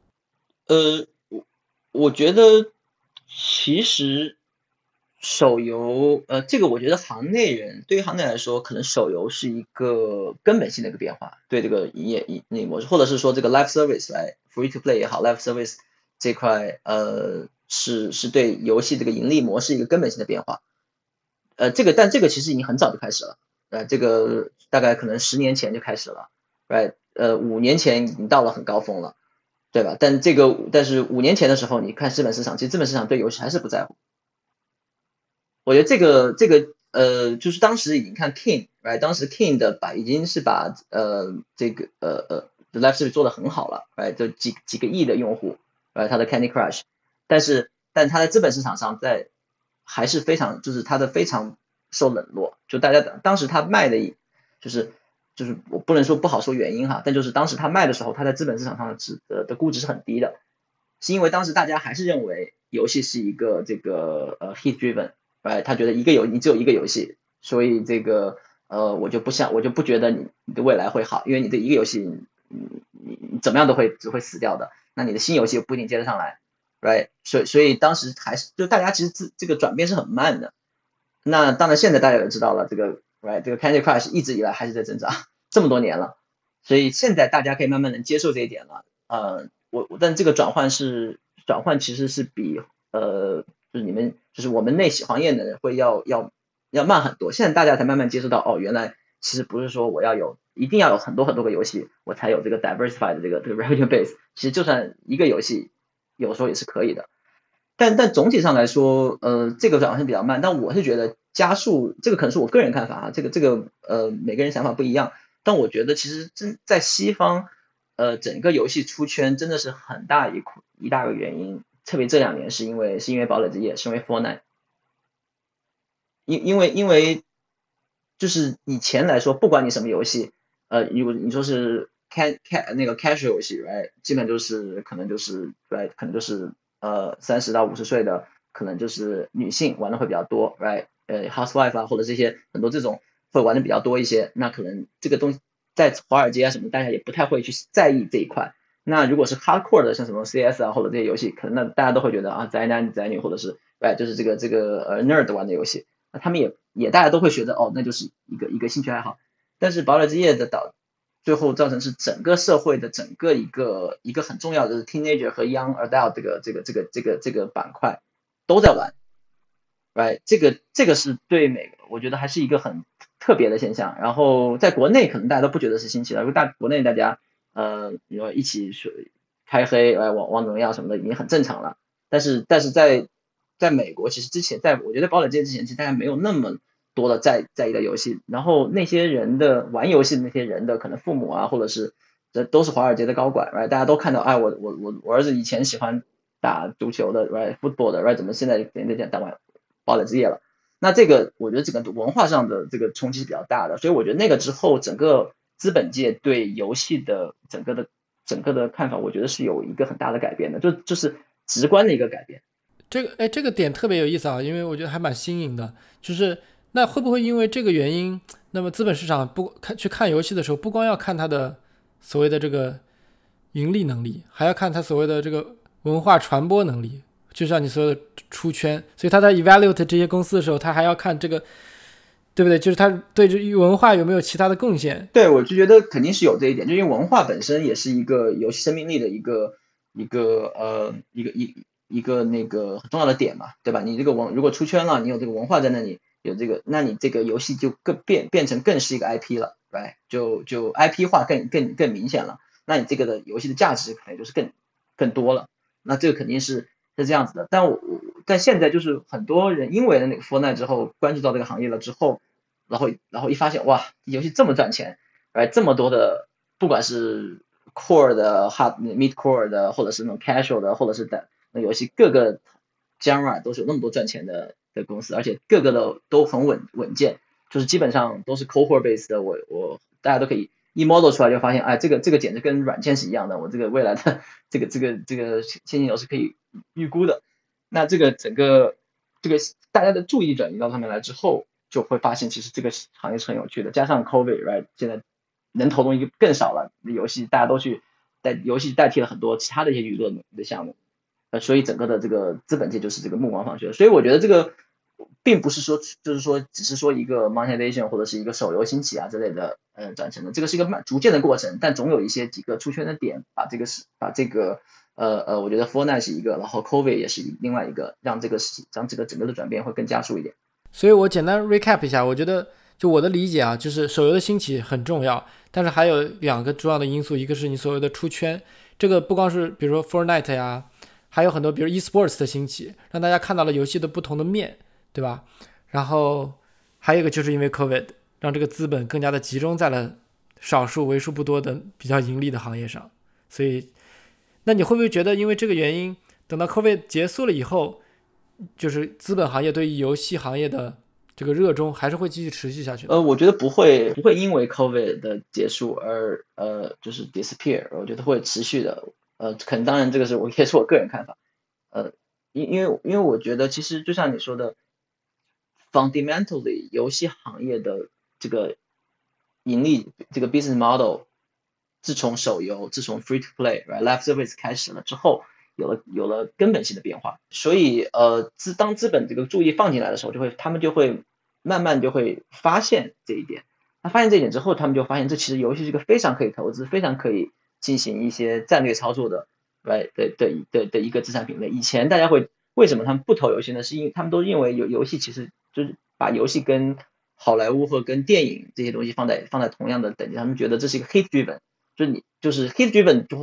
我觉得其实手游，这个我觉得对于行内来说，可能手游是一个根本性的一个变化，对这个营业模式，或者是说这个 live service，free to play 也好 ，live service 这块，是对游戏这个盈利模式一个根本性的变化。但这个其实已经很早就开始了，这个大概可能10年前就开始了，5年前已经到了很高峰了，对吧？但是5年前的时候，你看资本市场，其实资本市场对游戏还是不在乎。我觉得就是当时已经看 King， 当时 King 已经是把这个live service 做得很好了，就几个亿的用户，他的 Candy Crush， 但他在资本市场上还是非常，就是他的非常受冷落，就大家当时他卖的就是我不能说不好说原因哈，但就是当时他卖的时候，他在资本市场上的估值是很低的，是因为当时大家还是认为游戏是一个这个hit driven， 他觉得你只有一个游戏，所以这个我就不觉得你的未来会好，因为你的一个游戏你怎么样只会死掉的，那你的新游戏又不一定接得上来。所以当时还是就大家其实这个转变是很慢的。那当然现在大家也知道了，这个 Candy Crush 一直以来还是在增长这么多年了，所以现在大家可以慢慢能接受这一点了。但这个转换其实是比就是我们内喜行业的人会要慢很多。现在大家才慢慢接受到，原来其实不是说我一定要有很多很多个游戏，我才有这个 diversified 的这个 revenue base。其实就算一个游戏，有时候也是可以的。但总体上来说，这个转换是比较慢。但我是觉得加速，这个可能是我个人看法啊，这个每个人想法不一样。但我觉得其实在西方，整个游戏出圈真的是很大一大个原因，特别这2年是因为堡垒之夜，是因为 Fortnite。因为就是以前来说，不管你什么游戏，如果你说是那个 casual 游戏，基本可能就是30到50岁的，可能就是女性玩的会比较多，housewife 啊，或者这些很多这种会玩的比较多一些。那可能这个东西在华尔街啊什么，大家也不太会去在意这一块。那如果是 hardcore 的，像什么 CS 啊或者这些游戏，可能那大家都会觉得宅男宅女，或者是就是这个nerd 玩的游戏，那他们也大家都会觉得那就是一个兴趣爱好。但是堡垒之夜的最后造成是整个社会的整个一个很重要的，就是 teenager 和 young adult 这个板块都在玩，这个是对我觉得还是一个很特别的现象。然后在国内可能大家都不觉得是新奇的，国内大家比如说一起开黑王者荣耀什么的已经很正常了。但是在美国，其实之前我觉得堡垒之夜之前，其实大家没有那么多的在意的游戏，然后那些人的玩游戏的那些人的可能父母啊，或者是这都是华尔街的高管 ，right？ 大家都看到，哎，我儿子以前喜欢打足球的 ，right football 的 ，right？ 怎么现在当完报了职业了？那这个我觉得这个文化上的这个冲击是比较大的，所以我觉得那个之后整个资本界对游戏的整个的看法，我觉得是有一个很大的改变的，就是直观的一个改变。 这个点特别有意思啊，因为我觉得还蛮新颖的，就是那会不会因为这个原因，那么资本市场去看游戏的时候，不光要看它的所谓的这个盈利能力，还要看它所谓的这个文化传播能力，就像你说的出圈，所以他在 evaluate 这些公司的时候，他还要看这个，对不对？就是他对这文化有没有其他的贡献？ 对，我就觉得肯定是有这一点，就因为文化本身也是一个游戏生命力的一个那个很重要的点嘛，对吧？你这个如果出圈了，你有这个文化在那里，有这个，那你这个游戏就变成更是一个 IP 了 ，right？ 就 IP 化更明显了，那你这个的游戏的价值可能就是更多了，那这个肯定是这样子的。但现在就是很多人因为那个 Fortnite 之后关注到这个行业了之后，然后一发现哇，游戏这么赚钱，这么多的不管是 core 的 mid core 的，或者是那种 casual 的，或者是那游戏各个 genre 都是有那么多赚钱的公司，而且各个的都很稳健，就是基本上都是 cohort base 的，大家都可以一 model 出来就发现，哎，这个简直跟软件是一样的，我这个未来的这个现金流是可以预估的。那这个整个大家的注意转移到上面来之后，就会发现其实这个行业是很有趣的，加上 COVID right 现在能投东西更少了，游戏大家都去游戏代替了很多其他的一些娱乐的项目，所以整个的这个资本界就是这个目光放去了。所以我觉得这个并不是说就是说只是说一个 monetization 或者是一个手游兴起啊之类的转成的，这个是一个逐渐的过程，但总有一些几个出圈的点，把这个我觉得 Fortnite 是一个，然后 COVID 也是另外一个，让这个整个的转变会更加速一点。 所以我简单 recap 一下，我觉得就我的理解啊，就是手游的兴起很重要，但是还有两个重要的因素，一个是你所谓的出圈，这个不光是比如说 Fortnite 呀，还有很多比如 esports 的兴起，让大家看到了游戏的不同的面，对吧？然后还有一个就是因为 COVID 让这个资本更加的集中在了少数为数不多的比较盈利的行业上。所以那你会不会觉得因为这个原因，等到 COVID 结束了以后，就是资本行业对于游戏行业的这个热衷还是会继续持续下去的？ 我觉得不会因为 COVID 的结束而就是 disappear， 我觉得会持续的。可能当然这个也是我个人看法。因为我觉得其实就像你说的 fundamentally 游戏行业的这个盈利这个 business model 自从手游自从 free to play right live service 开始了之后有了根本性的变化，所以当资本这个注意放进来的时候，他们就会慢慢就会发现这一点。那发现这一点之后，他们就发现这其实游戏是一个非常可以投资非常可以进行一些战略操作的的一个资产品类。以前大家为什么他们不投游戏呢？是因为他们都认为游戏其实就是把游戏跟好莱坞或跟电影这些东西放在同样的等级，他们觉得这是一个 hit driven， 就是 hit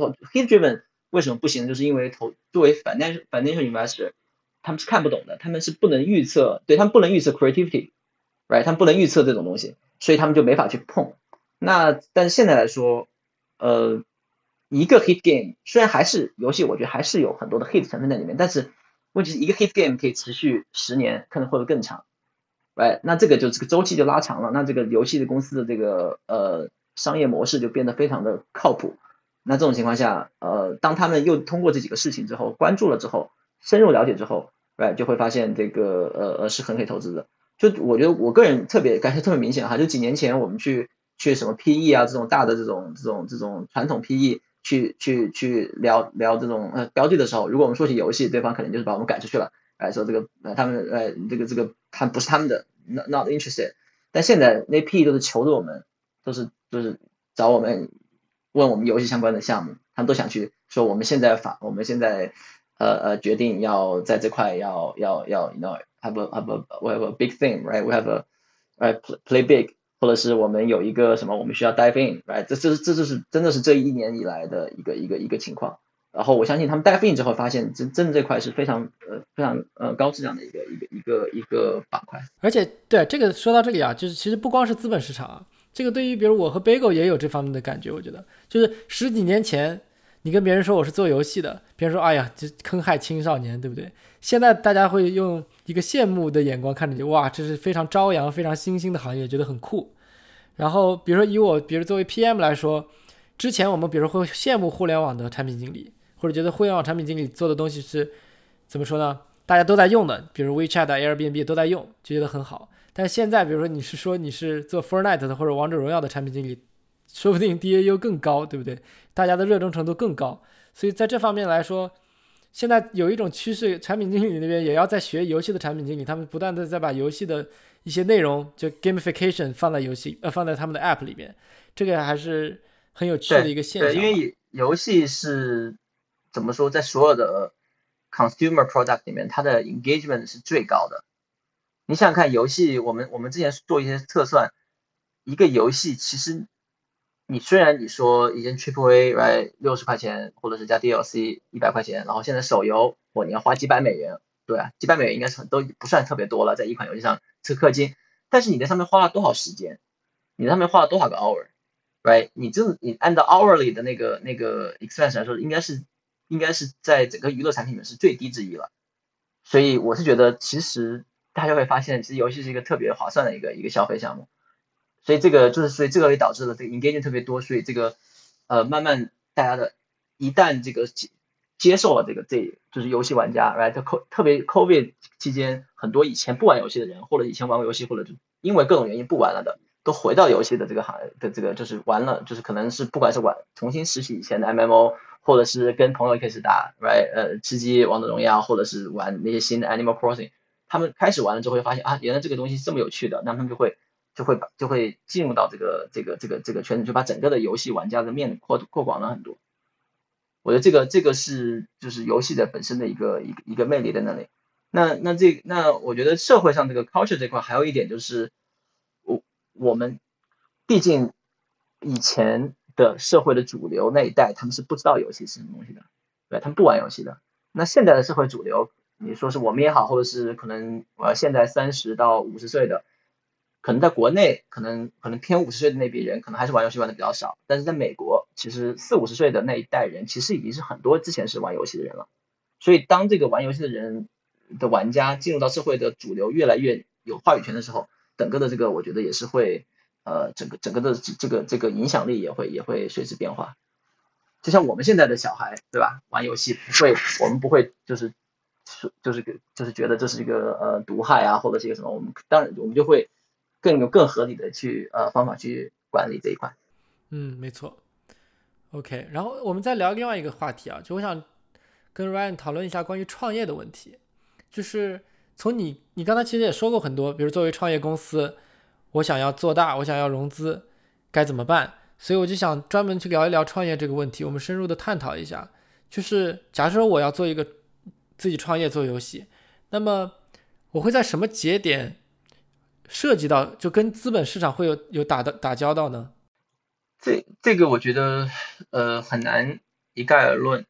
driven 为什么不行？就是因为作为 financial investor， 他们是看不懂的，他们是不能预测，对，他们不能预测 creativity， right， 他们不能预测这种东西，所以他们就没法去碰。但是现在来说，一个 hit game 虽然还是游戏，我觉得还是有很多的 hit 成分在里面，但是问题是一个 hit game 可以持续10年，可能会更长 ，right？ 那这个周期就拉长了，那这个游戏的公司的这个商业模式就变得非常的靠谱。那这种情况下，当他们又通过这几个事情之后，关注了之后，深入了解之后， right， 就会发现这个是很可以投资的。就我觉得我个人感觉特别明显哈，就几年前我们去什么 PE 啊这种大的这种传统 PE 去聊这种标的的时候，如果我们说起游戏，对方可能就是把我们赶出去了，说这个他们这个他不是他们的 not interested。但现在那 PE 都是求着我们，都是找我们问我们游戏相关的项目，他们都想去说我们现在决定要在这块要 you know we have a big thing right we have a play big， 或者是我们有一个什么我们需要 dive in right， 这就是真的是这一年以来的一个情况。然后我相信他们 dive in 之后发现真的这块是非常高质量的一个板块。 而且对这个说到这里啊，就是其实不光是资本市场啊，其这个对于比如我和 Bagel 也有这方面的感觉，我觉得就是10几年前你跟别人说我是做游戏的，别人说哎呀这坑害青少年，对不对？现在大家会用一个羡慕的眼光看着你，哇，这是非常朝阳非常新兴的行业，觉得很酷。然后比如说比如作为 PM 来说，之前我们比如会羡慕互联网的产品经理，或者觉得互联网产品经理做的东西是怎么说呢，大家都在用的，比如 WeChat Airbnb 都在用，就觉得很好。但是现在比如说你是做 Fortnite 的或者王者荣耀的产品经理，说不定 DAU 更高，对不对？大家的热衷程度更高。所以在这方面来说，现在有一种趋势，产品经理那边也要在学游戏的产品经理，他们不断的在把游戏的一些内容就 gamification 放在他们的 app 里面，这个还是很有趣的一个现象。 对，因为游戏是怎么说，在所有的 consumer product 里面，它的 engagement 是最高的。你想想看，游戏我们之前做一些测算，一个游戏其实你虽然你说以前 AAA right 60块钱，或者是加 DLC 100块钱，然后现在手游你要花几百美元，对啊，几百美元应该是都不算特别多了，在一款游戏上吃氪金，但是你在上面花了多少时间，你在上面花了多少个 hour right 你按照 hourly 的那个 expense 来说，应该是在整个娱乐产品里面是最低之一了。所以我是觉得其实大家会发现，其实游戏是一个特别划算的一个消费项目。所以这个也导致了这个 engagement 特别多，所以这个慢慢大家的一旦这个接受了这就是游戏玩家 right 特别 COVID 期间，很多以前不玩游戏的人，或者以前玩过游戏，或者因为各种原因不玩了的，都回到游戏的这个行业的这个就是玩了，就是可能是不管是重新拾起以前的 MMO， 或者是跟朋友开始打 right 吃鸡王者荣耀，或者是玩那些新的 Animal Crossing， 他们开始玩了之后会发现啊，原来这个东西是这么有趣的，那他们就会进入到这个圈子，就把整个的游戏玩家的面扩广了很多。我觉得这个是就是游戏的本身的一个魅力在那里。那我觉得社会上这个 culture 这块还有一点就是我们毕竟以前的社会的主流那一代，他们是不知道游戏是什么东西的，对，他们不玩游戏的。那现在的社会主流，你说是我们也好，或者是可能现在30到50岁的，可能在国内可能偏50岁的那批人可能还是玩游戏玩的比较少，但是在美国其实40-50岁的那一代人其实已经是很多之前是玩游戏的人了。所以当这个玩游戏的人的玩家进入到社会的主流，越来越有话语权的时候，整个的这个我觉得也是会整个的这个影响力也会随之变化。就像我们现在的小孩对吧，玩游戏我们不会就是觉得这是一个毒害啊，或者是一个什么，当然我们就会更合理的去方法去管理这一块。 没错。OK， 然后我们再聊另外一个话题啊，就我想跟 Ryan 讨论一下关于创业的问题。就是从你刚才其实也说过很多，比如作为创业公司，我想要做大，我想要融资，该怎么办？所以我就想专门去聊一聊创业这个问题，我们深入的探讨一下。就是假设我要做一个自己创业做游戏，那么我会在什么节点涉及到就跟资本市场会有打交道呢？ 这个我觉得很难一概而论。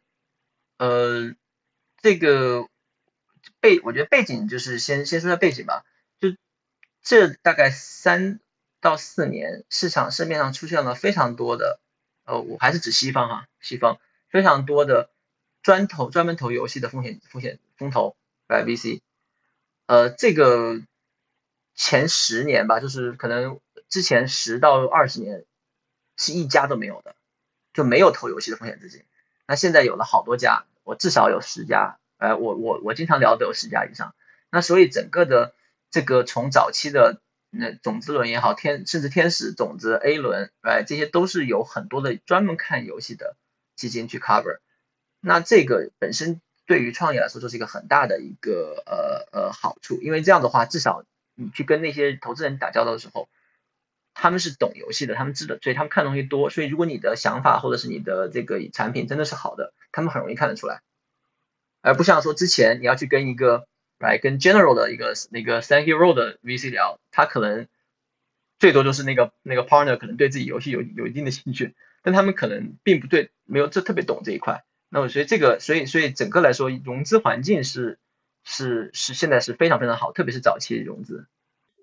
这个我觉得背景就是先说下背景吧。就这大概3到4年，市面上出现了非常多的我还是指西方非常多的专门投游戏的风投来 VC。这个前10年吧，就是可能之前10到20年是一家都没有的，就没有投游戏的风险资金。那现在有了好多家，我至少有10家，我经常聊的有10家以上。那所以整个的这个从早期的种子轮也好，甚至天使种子 A 轮，这些都是有很多的专门看游戏的基金去 cover。那这个本身对于创业来说就是一个很大的一个好处，因为这样的话，至少你去跟那些投资人打交道的时候，他们是懂游戏的，他们知道，所以他们看东西多，所以如果你的想法或者是你的这个产品真的是好的，他们很容易看得出来，而不像说之前你要去跟一个跟 General 的那个 Thank You Roll 的 VC 聊，他可能最多就是那个 partner 可能对自己游戏有一定的兴趣，但他们可能并不对，没有特别懂这一块。那么所以整个来说，融资环境是现在是非常非常好，特别是早期融资。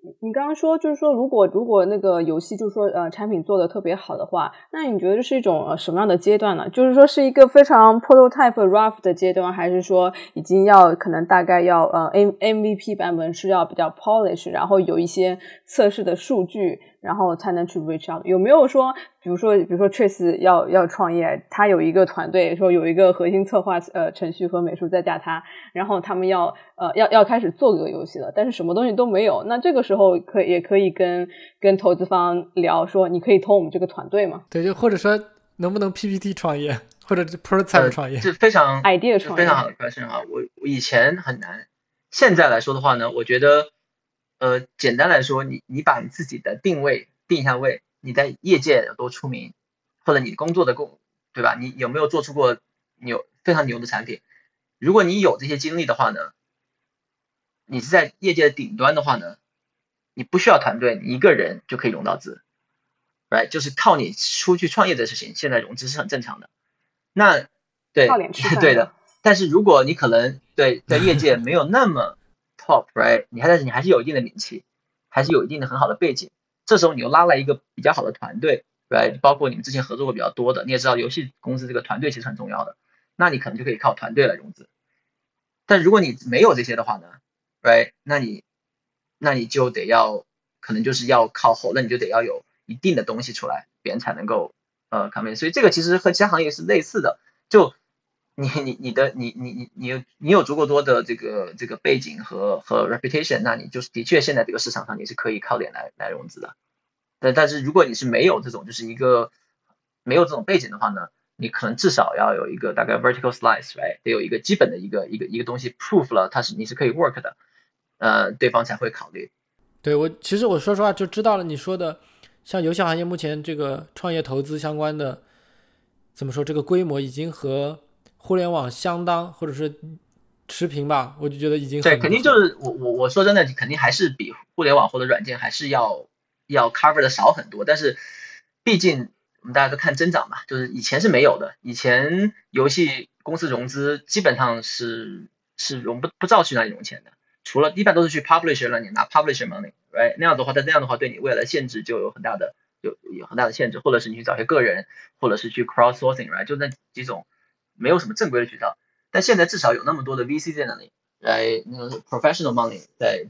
你刚刚说就是说，如果那个游戏就是说产品做的特别好的话，那你觉得这是一种什么样的阶段呢？就是说是一个非常 prototype rough 的阶段，还是说已经要可能大概要MVP 版本是要比较 polish， 然后有一些测试的数据，然后才能去 reach out？ 有没有说比如说 Trace 要创业，他有一个团队，说有一个核心策划程序和美术在架他，然后他们要开始做这个游戏了，但是什么东西都没有，那这个时候也可以跟投资方聊说，你可以投我们这个团队吗？ 对，就或者说能不能 PPT 创业，或者是 prototype 创业？ 是非常 idea 创业， 非常好的 question 啊！我以前很难，现在来说的话呢，我觉得简单来说，你把你自己的定位定一下位，你在业界有多出名，或者你工作的对吧？你有没有做出过非常牛的产品？如果你有这些经历的话呢，你是在业界的顶端的话呢，你不需要团队，你一个人就可以融到资 ，right？ 就是靠你出去创业的事情，现在融资是很正常的。那对对的，但是如果你可能对在业界没有那么 top，right？ 你还是有一定的名气，还是有一定的很好的背景，这时候你又拉来一个比较好的团队 ，right？ 包括你们之前合作过比较多的，你也知道游戏公司这个团队其实很重要的，那你可能就可以靠团队来融资。但如果你没有这些的话呢 ，right？ 那你就得可能就是要靠后，那你就得要有一定的东西出来，别人才能够come in。所以这个其实和其他行业是类似的，就你有足够多的这个背景和 reputation， 那你就是的确现在这个市场上你是可以靠脸来融资的。但是如果你是没有这种就是没有这种背景的话呢，你可能至少要有一个大概 vertical slice，right？ 得有一个基本的一个东西 proof 了，你是可以 work 的，对方才会考虑。 对，其实我说实话就知道了你说的，像游戏行业目前这个创业投资相关的，怎么说这个规模已经和互联网相当或者是持平吧，我就觉得已经很对，肯定就是我说真的，肯定还是比互联网或者软件还是要 cover 的少很多，但是毕竟我们大家都看增长嘛，就是以前是没有的，以前游戏公司融资基本上是不知道去哪里融钱的，除了一般都是去 publisher 那里拿 publisher money，right？ 那样的话对你未来的限制就有很大的限制，或者是你去找一些个人，或者是去 cross sourcing，right？ 就那几种没有什么正规的渠道。但现在至少有那么多的 VC 在那里来那个 professional money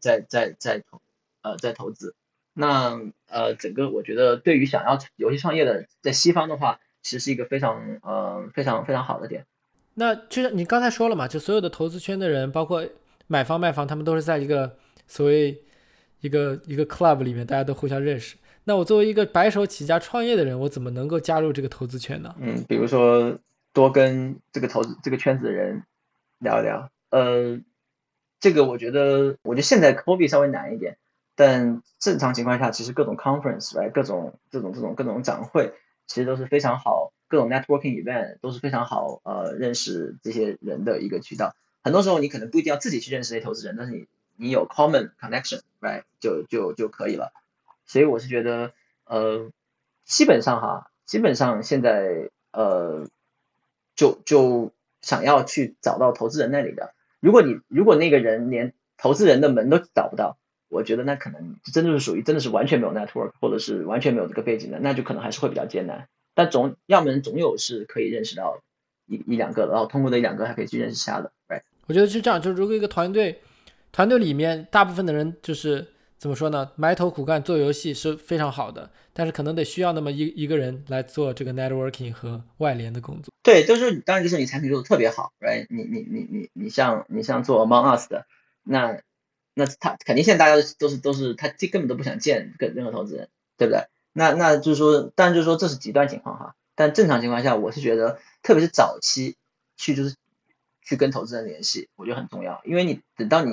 在投资。那整个我觉得对于想要游戏创业的，在西方的话，其实是一个非常好的点。 那就是你刚才说了嘛，就所有的投资圈的人，包括买方卖方，他们都是在一个所谓一个 club 里面，大家都互相认识。那我作为一个白手起家创业的人，我怎么能够加入这个投资圈呢？ 比如说多跟这个圈子的人聊一聊。这个我觉得现在 COVID 稍微难一点，但正常情况下，其实各种 conference，right？ 各种展会，其实都是非常好，各种 networking event 都是非常好认识这些人的一个渠道。很多时候你可能不一定要自己去认识这些投资人，但是你有 common connection，right？ 就可以了。所以我是觉得基本上现在就想要去找到投资人那里的。如果那个人连投资人的门都找不到，我觉得那可能真的是完全没有 network， 或者是完全没有这个背景的，那就可能还是会比较艰难。但总有是可以认识到一两个，然后通过这一两个还可以去认识其他的。right？ 我觉得是这样，就是如果一个团队里面大部分的人就是怎么说呢，埋头苦干做游戏是非常好的，但是可能得需要那么一个人来做这个 networking 和外联的工作。 对，当然就是你产品做的特别好 ，right？ 你像做 Among Us 的，那他肯定现在大家都是他根本都不想见任何投资人，对不对？那就是说，当然就是说这是极端情况哈，但正常情况下，我是觉得特别是早期去跟投资人联系，我觉得很重要，因为你等到你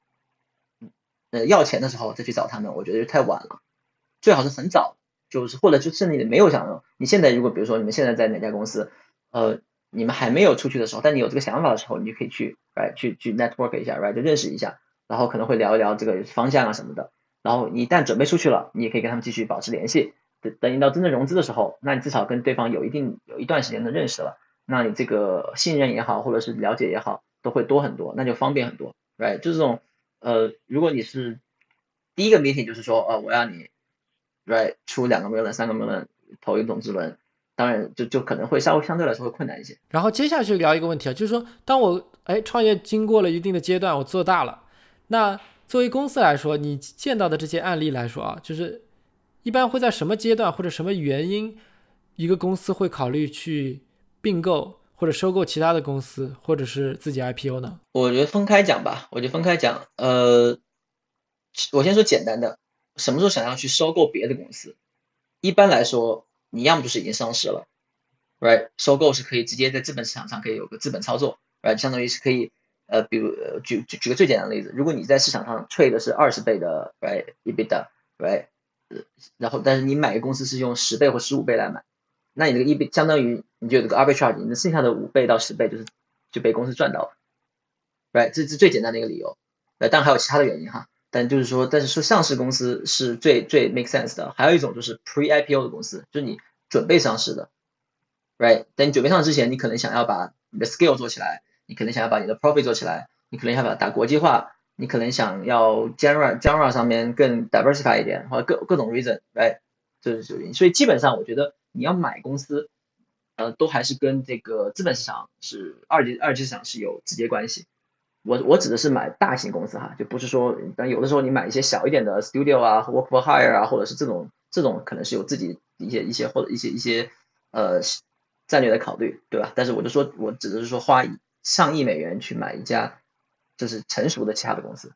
要钱的时候再去找他们，我觉得就太晚了。最好是很早，就是或者就甚至你没有想到，你现在如果比如说你们现在在哪家公司，你们还没有出去的时候，但你有这个想法的时候，你就可以去 right 去 network 一下 right 就认识一下，然后可能会聊一聊这个方向啊什么的。然后你一旦准备出去了，你也可以跟他们继续保持联系。等你到真正融资的时候，那你至少跟对方有一段时间的认识了，那你这个信任也好，或者是了解也好，都会多很多，那就方便很多 right 就这种如果你是第一个 meeting 就是说我要你 right 出2个 million 3个 million 投一个种子轮，当然就可能会相对来说会困难一些。 然后接下去聊一个问题啊，就是说当我创业经过了一定的阶段，我做大了，那作为公司来说，你见到的这些案例来说啊，就是一般会在什么阶段或者什么原因，一个公司会考虑去并购或者收购其他的公司，或者是自己 IPO 呢？ 我觉得分开讲吧，我先说简单的，什么时候想要去收购别的公司？一般来说，你要么就是已经上市了 ，right？ 收购是可以直接在资本市场上可以有个资本操作 ，right？ 相当于是可以比如举个最简单的例子，如果你在市场上 trade 的是20倍的 right EBITDA right， 然后但是你买个公司是用10倍或15倍来买，那你这个EBIT相当于你就有这个 arbitrage， 你的剩下的5倍到10倍就被公司赚到了 ，right？ 这是最简单的一个理由，当然还有其他的原因哈。但是说上市公司是最 make sense 的，还有一种就是 pre-IPO 的公司，就是你准备上市的 ，right？ 但你准备上市之前，你可能想要把你的 scale 做起来，你可能想要把你的 profit 做起来，你可能想要把它打国际化，你可能想要 genre 上面更 diversify 一点，或者各种 reason，right？ 所以基本上我觉得你要买公司，都还是跟这个资本市场是二级市场是有直接关系。我指的是买大型公司哈，就不是说，但有的时候你买一些小一点的 studio 啊 ，work for hire 啊，或者是这种可能是有自己一些或者一些战略的考虑，对吧？但是我指的是说花上亿美元去买一家就是成熟的其他的公司。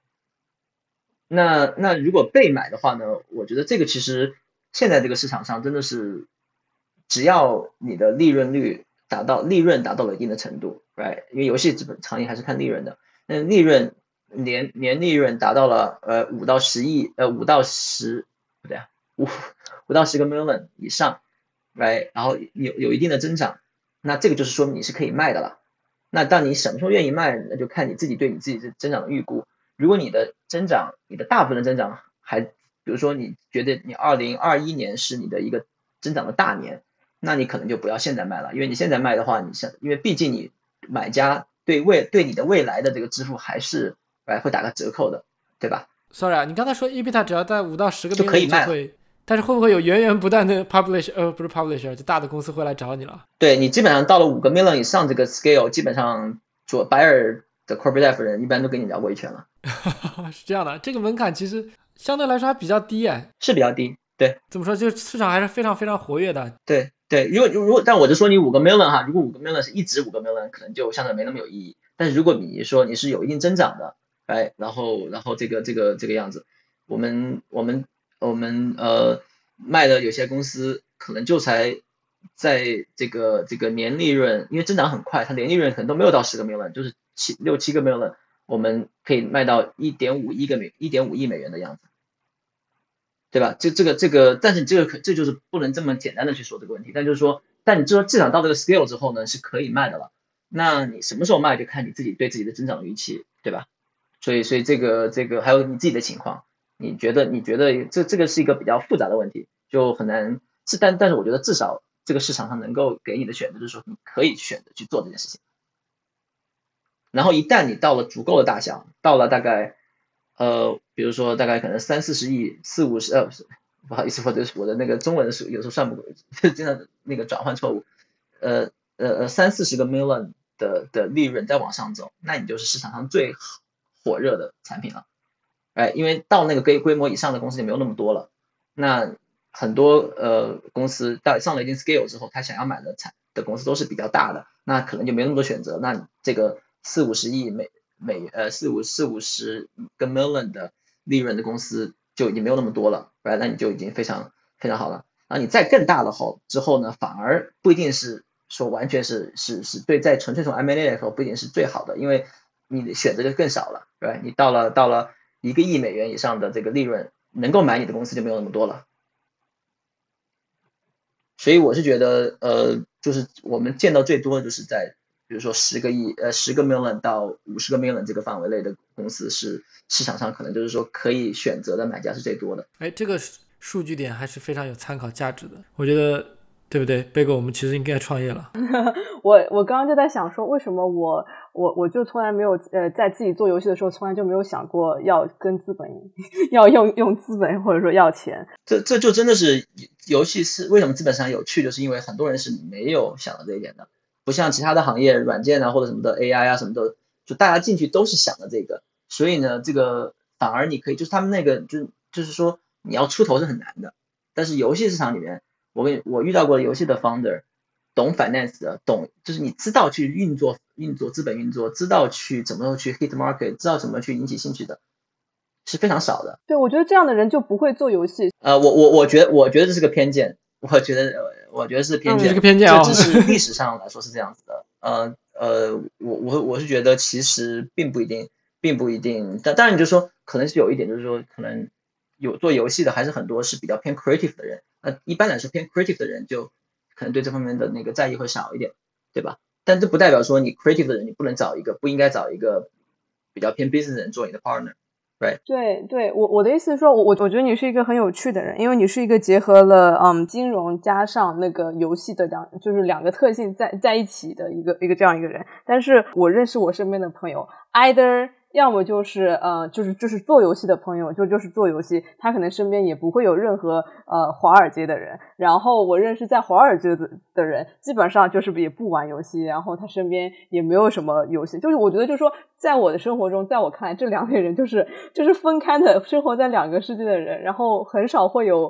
那如果被买的话呢，我觉得这个其实现在这个市场上真的是，只要你的利润达到了一定的程度 ，right？ 因为游戏这个行业还是看利润的，那利润年利润达到了5到10亿5到10不对啊5到10个 million 以上 ，right？ 然后有一定的增长，那这个就是说明你是可以卖的了。那当你什么时候愿意卖，那就看你自己对你自己的增长的预估。如果你的大部分的增长比如说你觉得你2021年是你的一个增长的大年，那你可能就不要现在卖了，因为你现在卖的话，因为毕竟你买家对你的未来的这个支付还是会打个折扣的，对吧 ？Sorry 啊，你刚才说 EBITDA 只要在5到10个就可以卖了，但是会不会有源源不断的 publisher 就大的公司会来找你了？ 对，你基本上到了5个 million 以上这个 scale， 基本上做 buyer 的 corporate dev 人一般都跟你聊过一圈了。 是这样的，这个门槛其实相对来说还比较低哎， 是比较低。对， 怎么说，就市场还是非常非常活跃的。 对，如果但我就说你5个 million 哈，如果5个 million 是一直5个 million， 可能就相对没那么有意义。但是如果你说你是有一定增长的，然后这个样子，我们卖的有些公司可能就才在这个年利润，因为增长很快，它年利润可能都没有到10个 million， 就是6、7个 million， 我们可以卖到1.5亿美元的样子，对吧？但是这就是不能这么简单的去说这个问题。但就是说，但你至少到这个 scale 之后呢，是可以卖的了。那你什么时候卖，就看你自己对自己的增长预期，对吧？所以这个还有你自己的情况，你觉得这个是一个比较复杂的问题，就很难但是我觉得至少这个市场上能够给你的选择，就是说你可以选择去做这件事情。然后一旦你到了足够的大小，到了大概比如说大概可能30-40亿40-50不好意思，我的那个中文的有时候算不经常那个转换错误，30-40个 million 的利润再往上走，那你就是市场上最火热的产品了，因为到那个规模以上的公司就没有那么多了。那很多公司到上了一定 scale 之后，他想要买的公司都是比较大的，那可能就没那么多选择。那这个40-50亿40-50个 million 的利润的公司就已经没有那么多了，那你就已经非常非常好了。然后你再更大了之后呢，反而不一定是说完全是对，在纯粹从 M&A 来说不一定是最好的，因为你的选择就更少了，你到了1个亿美元以上的这个利润，能够买你的公司就没有那么多了。所以我是觉得就是我们见到最多就是在比如说10个million 到50个 million 这个范围内的公司，是市场上可能就是说可以选择的买家是最多的。 这个数据点还是非常有参考价值的。我觉得对不对？贝哥，我们其实应该创业了。 我刚刚就在想说，为什么我就从来没有在自己做游戏的时候，从来就没有想过要跟资本要用资本或者说要钱。 这就真的是游戏是为什么资本市场有趣，就是因为很多人是没有想到这一点的，不像其他的行业，软件啊或者什么的 AI 啊什么的，就大家进去都是想的这个，所以呢，这个反而你可以就是他们那个就是说你要出头是很难的，但是游戏市场里面，我遇到过游戏的 founder。懂 finance 的，懂就是你知道去运作资本运作，知道去怎么去 hit market， 知道怎么去引起兴趣的，是非常少的。 对，我觉得这样的人就不会做游戏。 我觉得这是个偏见，我觉得是偏见， 这个偏见啊， 这是历史上来说是这样子的。我是觉得其实并不一定，但当然你就说可能是有一点，就是说可能有做游戏的还是很多是比较偏 creative 的人，一般来说偏 creative 的人就可能对这方面的那个在意会少一点，对吧？但这不代表说你 creative 的人你不应该找一个比较偏 business 的人做你的 partner。Right. 对，我的意思是说，我觉得你是一个很有趣的人，因为你是一个结合了金融加上那个游戏的就是两个特性在一起的一个这样一个人。但是我认识我身边的朋友 ，either 要么就是就是做游戏的朋友，就是做游戏，他可能身边也不会有任何华尔街的人。然后我认识在华尔街的人，基本上就是也不玩游戏，然后他身边也没有什么游戏。就是我觉得就是说，在我的生活中，在我看来，这两类人就是分开的，生活在两个世界的人，然后很少会有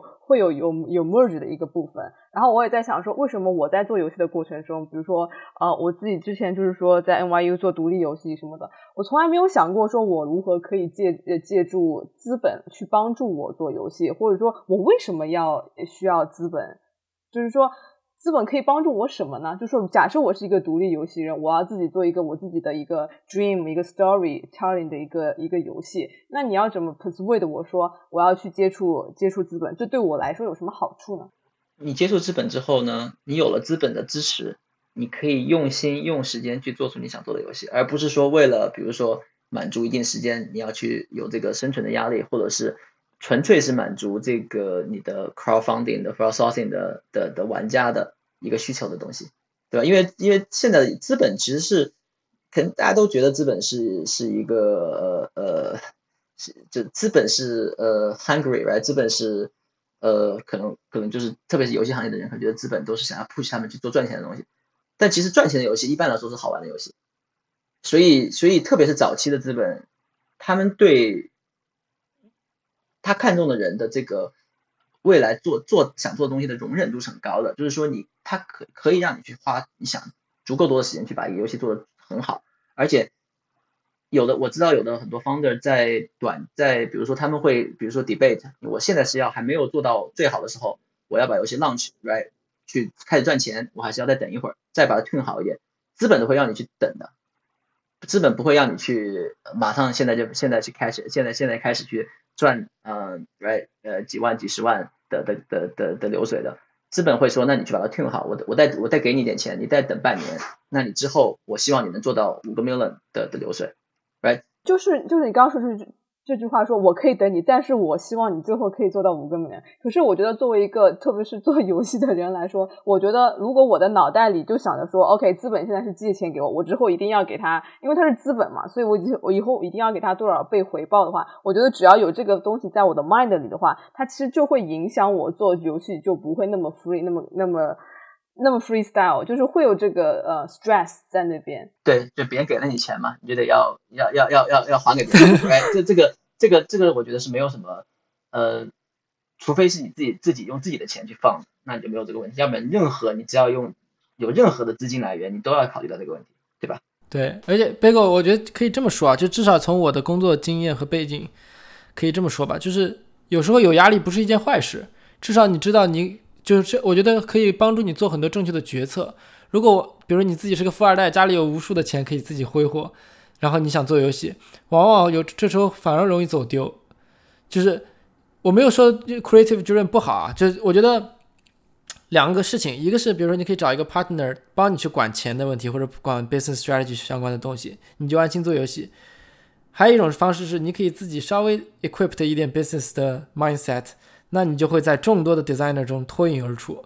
merge 的一个部分。然后我也在想说，为什么我在做游戏的过程中，比如说我自己之前就是说在 NYU 做独立游戏什么的，我从来没有想过说我如何可以借助资本去帮助我做游戏，或者说我为什么需要资本，就是说资本可以帮助我什么呢？就是说假设我是一个独立游戏人，我要自己做一个我自己的一个 dream 一个 storytelling 的一个游戏，那你要怎么 persuade 我说我要去接触资本，这对我来说有什么好处呢？ 你接触资本之后呢，你有了资本的支持，你可以用心用时间去做出你想做的游戏，而不是说为了比如说满足一定时间你要去有这个生存的压力，或者是纯粹是满足这个你的 crowdfunding 的 crowdsourcing 的玩家的一个需求的东西，对吧？因为现在的资本其实是可能大家都觉得资本是一个就资本是hungry right， 资本是可能就是特别是游戏行业的人可能觉得资本都是想要 push 他们去做赚钱的东西，但其实赚钱的游戏一般来说是好玩的游戏，所以特别是早期的资本，他们对他看中的人的这个未来想做的东西的容忍度是很高的，就是说他可以让你去花你想足够多的时间去把一个游戏做得很好，而且我知道有的很多 founder 在比如说他们会比如说 debate， 我现在是还没有做到最好的时候，我要把游戏 launch right 去开始赚钱，我还是要再等一会儿再把它 tune 好一点，资本都会让你去等的，资本不会让你去马上现在去开始现在开始去赚right 几万几十万的流水的，资本会说那你去把它 tune 好，我再给你点钱，你再等半年，那你之后我希望你能做到5个 million 的流水。Right. 就是你刚刚说这句话说我可以等你，但是我希望你最后可以做到5个million。可是我觉得作为一个特别是做游戏的人来说，我觉得如果我的脑袋里就想着说 OK 资本现在是借钱给我之后一定要给他，因为他是资本嘛，所以我以后一定要给他多少倍回报的话，我觉得只要有这个东西在我的 mind 里的话，它其实就会影响我做游戏就不会那么 free 那么 freestyle， 就是会有这个stress 在那边。 对，就别人给了你钱嘛，你就得要还给别人。right? 这个我觉得是没有什么除非是你自己用自己的钱去放，那你就没有这个问题。要不然你只要有任何的资金来源，你都要考虑到这个问题，对吧？ 对，而且 Bagel 我觉得可以这么说啊，就至少从我的工作经验和背景可以这么说吧，就是有时候有压力不是一件坏事，至少你知道就是我觉得可以帮助你做很多正确的决策。如果比如你自己是个富二代，家里有无数的钱可以自己挥霍，然后你想做游戏，往往这时候反而容易走丢。就是我没有说 creative driven 不好啊，就是我觉得两个事情，一个是比如说你可以找一个 partner 帮你去管钱的问题，或者管 business strategy 相关的东西，你就安心做游戏。还有一种方式是你可以自己稍微 equipped 一点 business 的 mindset，那你就会在众多的 designer 中脱颖而出。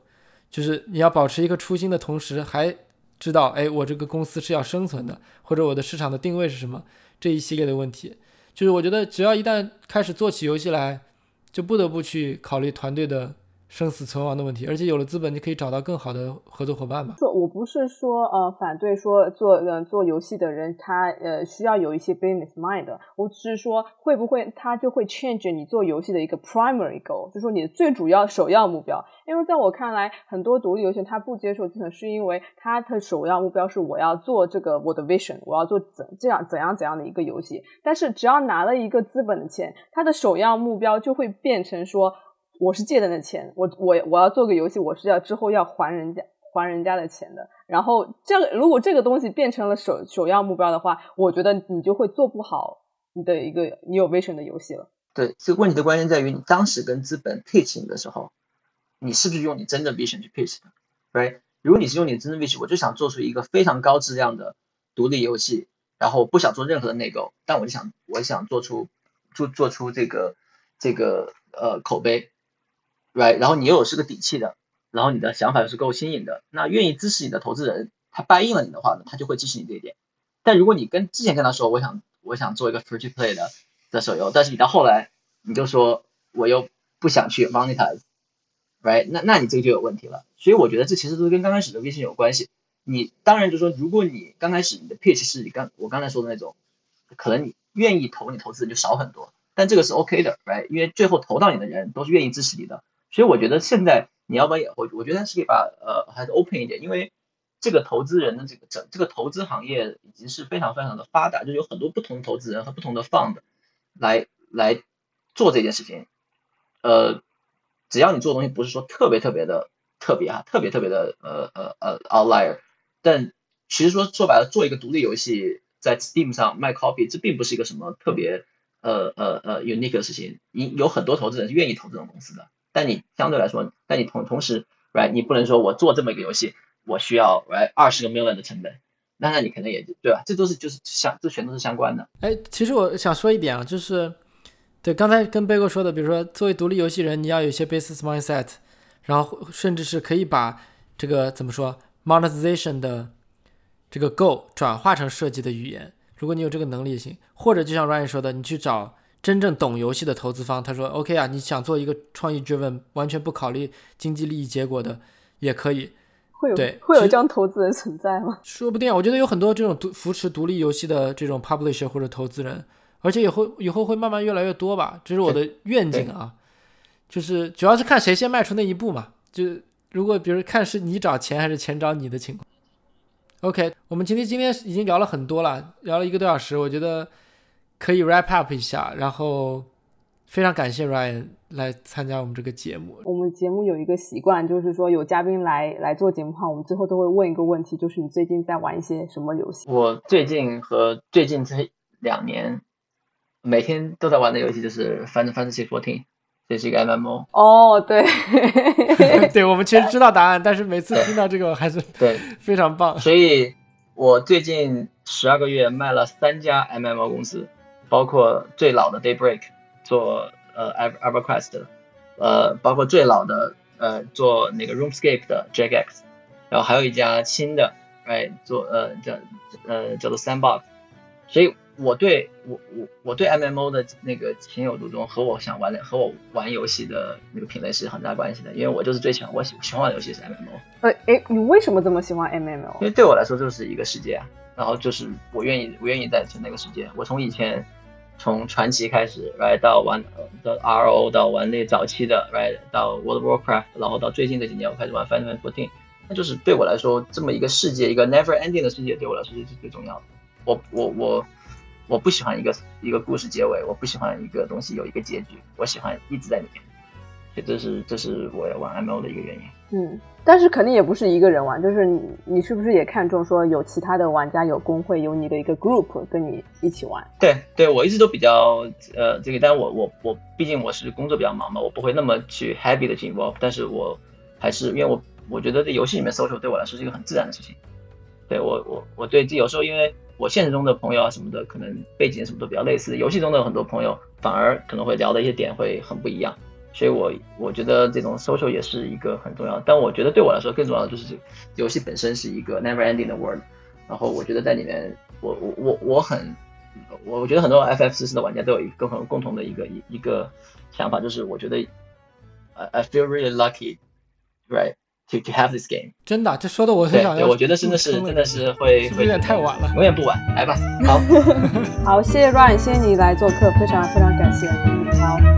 就是你要保持一个初心的同时，还知道我这个公司是要生存的，或者我的市场的定位是什么，这一系列的问题。就是我觉得只要一旦开始做起游戏来，就不得不去考虑团队的生死存亡的问题，而且有了资本，你可以找到更好的合作伙伴嘛。 我不是说反对说做游戏的人他需要有一些 business mind， 我只是说会不会他就会 change 你做游戏的一个 primary goal， 就是说你的最主要首要目标。因为在我看来，很多独立游戏他不接受资本，是因为他的首要目标是我要做这个我的 vision， 我要做怎样的一个游戏。但是只要拿了一个资本的钱，他的首要目标就会变成说，我是借的钱，我要做个游戏，我是要之后要还人家的钱的。然后如果这个东西变成了首要目标的话，我觉得你就会做不好你有 vision 的游戏了。 对，这个问题的关键在于你当时跟资本 pitch 的时候，你是不是用你真正 vision 去 pitch 的 ，right？ 如果你是用你真正 vision， 我就想做出一个非常高质量的独立游戏，然后不想做任何的内购，但我想做出这个口碑。Right， 然后你又是个底气的，然后你的想法又是够新颖的，那愿意支持你的投资人，他 buy in 了你的话呢，他就会支持你这一点。但如果你之前跟他说我想做一个 free to play 的手游，但是你到后来你就说我又不想去 monetize， right， 那你这个就有问题了。所以我觉得这其实都跟刚开始的 vision 有关系。你当然就是说，如果你刚开始你的 pitch 是我刚才说的那种，可能你愿意投你投资人就少很多，但这个是 OK 的 ，right， 因为最后投到你的人都是愿意支持你的。所以我觉得现在你要不然我觉得是可以把还是 open 一点，因为这个投资人的这个投资行业已经是非常非常的发达，就是有很多不同的投资人和不同的 fund 来做这件事情。只要你做的东西不是说特别的outlier， 但其实说白了，做一个独立游戏在 Steam 上卖 copy， 这并不是一个什么特别unique 的事情。有很多投资人是愿意投这种公司的。但你相对来说，但你同时 right， 你不能说我做这么一个游戏，我需要 right 20个 million 的成本，那你可能也对吧？这全都是相关的。 其实我想说一点啊，就是对刚才跟贝哥说的，比如说作为独立游戏人，你要有一些 business mindset， 然后甚至是可以把这个怎么说 monetization 的这个 goal 转化成设计的语言。如果你有这个能力行，或者就像 Ryan 说的，你去找真正懂游戏的投资方，他说 OK 啊，你想做一个创意 driven 完全不考虑经济利益结果的也可以。 会有这样投资人存在吗？ 说不定啊，我觉得有很多这种扶持独立游戏的这种 publisher 或者投资人，而且以后会慢慢越来越多吧，这是我的愿景啊。就是主要是看谁先迈出那一步嘛，就如果比如看是你找钱还是钱找你的情况。OK， 我们今天已经聊了很多了，聊了1个多小时，我觉得可以 wrap up 一下，然后非常感谢 Ryan 来参加我们这个节目。 我们节目有一个习惯，就是说有嘉宾来做节目的话，我们最后都会问一个问题，就是你最近在玩一些什么游戏？ 我最近这2年每天都在玩的游戏就是 Final Fantasy 14， 这是一个 MMO。 哦，对对，我们其实知道答案，但是每次听到这个还是对非常棒。 所以我最近12个月卖了3家 MMO 公司，包括最老的 Daybreak 做EverQuest 包括最老的做那个 RuneScape 的 Jagex， 然后还有一家新的做叫做 Sandbox。 所以我对 MMO 的那个情有独钟和我玩游戏的那个品类是很大关系的，因为我就是最喜欢玩的游戏是 MMO。 你为什么这么喜欢 MMO？ 因为对我来说就是一个世界啊，然后就是我愿意在那个世界。我从以前从传奇开始 到玩到 RO 到玩那早期的到 World of Warcraft， 然后到最近这几年我开始玩 Final Fantasy 14，那就是对我来说这么一个世界，一个 never ending 的世界对我来说是最重要的。我不喜欢一个故事结尾，我不喜欢一个东西有一个结局，我喜欢一直在里面。所以这是我要玩 MMO 的一个原因。 但是肯定也不是一个人玩，就是你是不是也看重说有其他的玩家，有工会，有你的一个 group 跟你一起玩？ 对，我一直都比较这个，但我毕竟我是工作比较忙嘛，我不会那么去 heavy 的去 involve， 但是我还是因为我觉得在游戏里面 social 对我来说是一个很自然的事情。对我对这有时候因为我现实中的朋友啊什么的，可能背景什么都比较类似，游戏中的很多朋友反而可能会聊的一些点会很不一样， 所以我觉得这种 social 也是一个很重要，但我觉得对我来说更重要的就是游戏本身是一个 never ending 的 world， 然后我觉得在里面我觉得很多 FF14的玩家都有一个很共同的一个想法，就是我觉得 I feel really lucky right to have this game。 真的，这说的我很想要。 对，我觉得真的是会是不是有点太晚了？ 永远不晚，来吧。好好，谢谢 Ryan， 谢谢你来做客，非常非常感谢。好。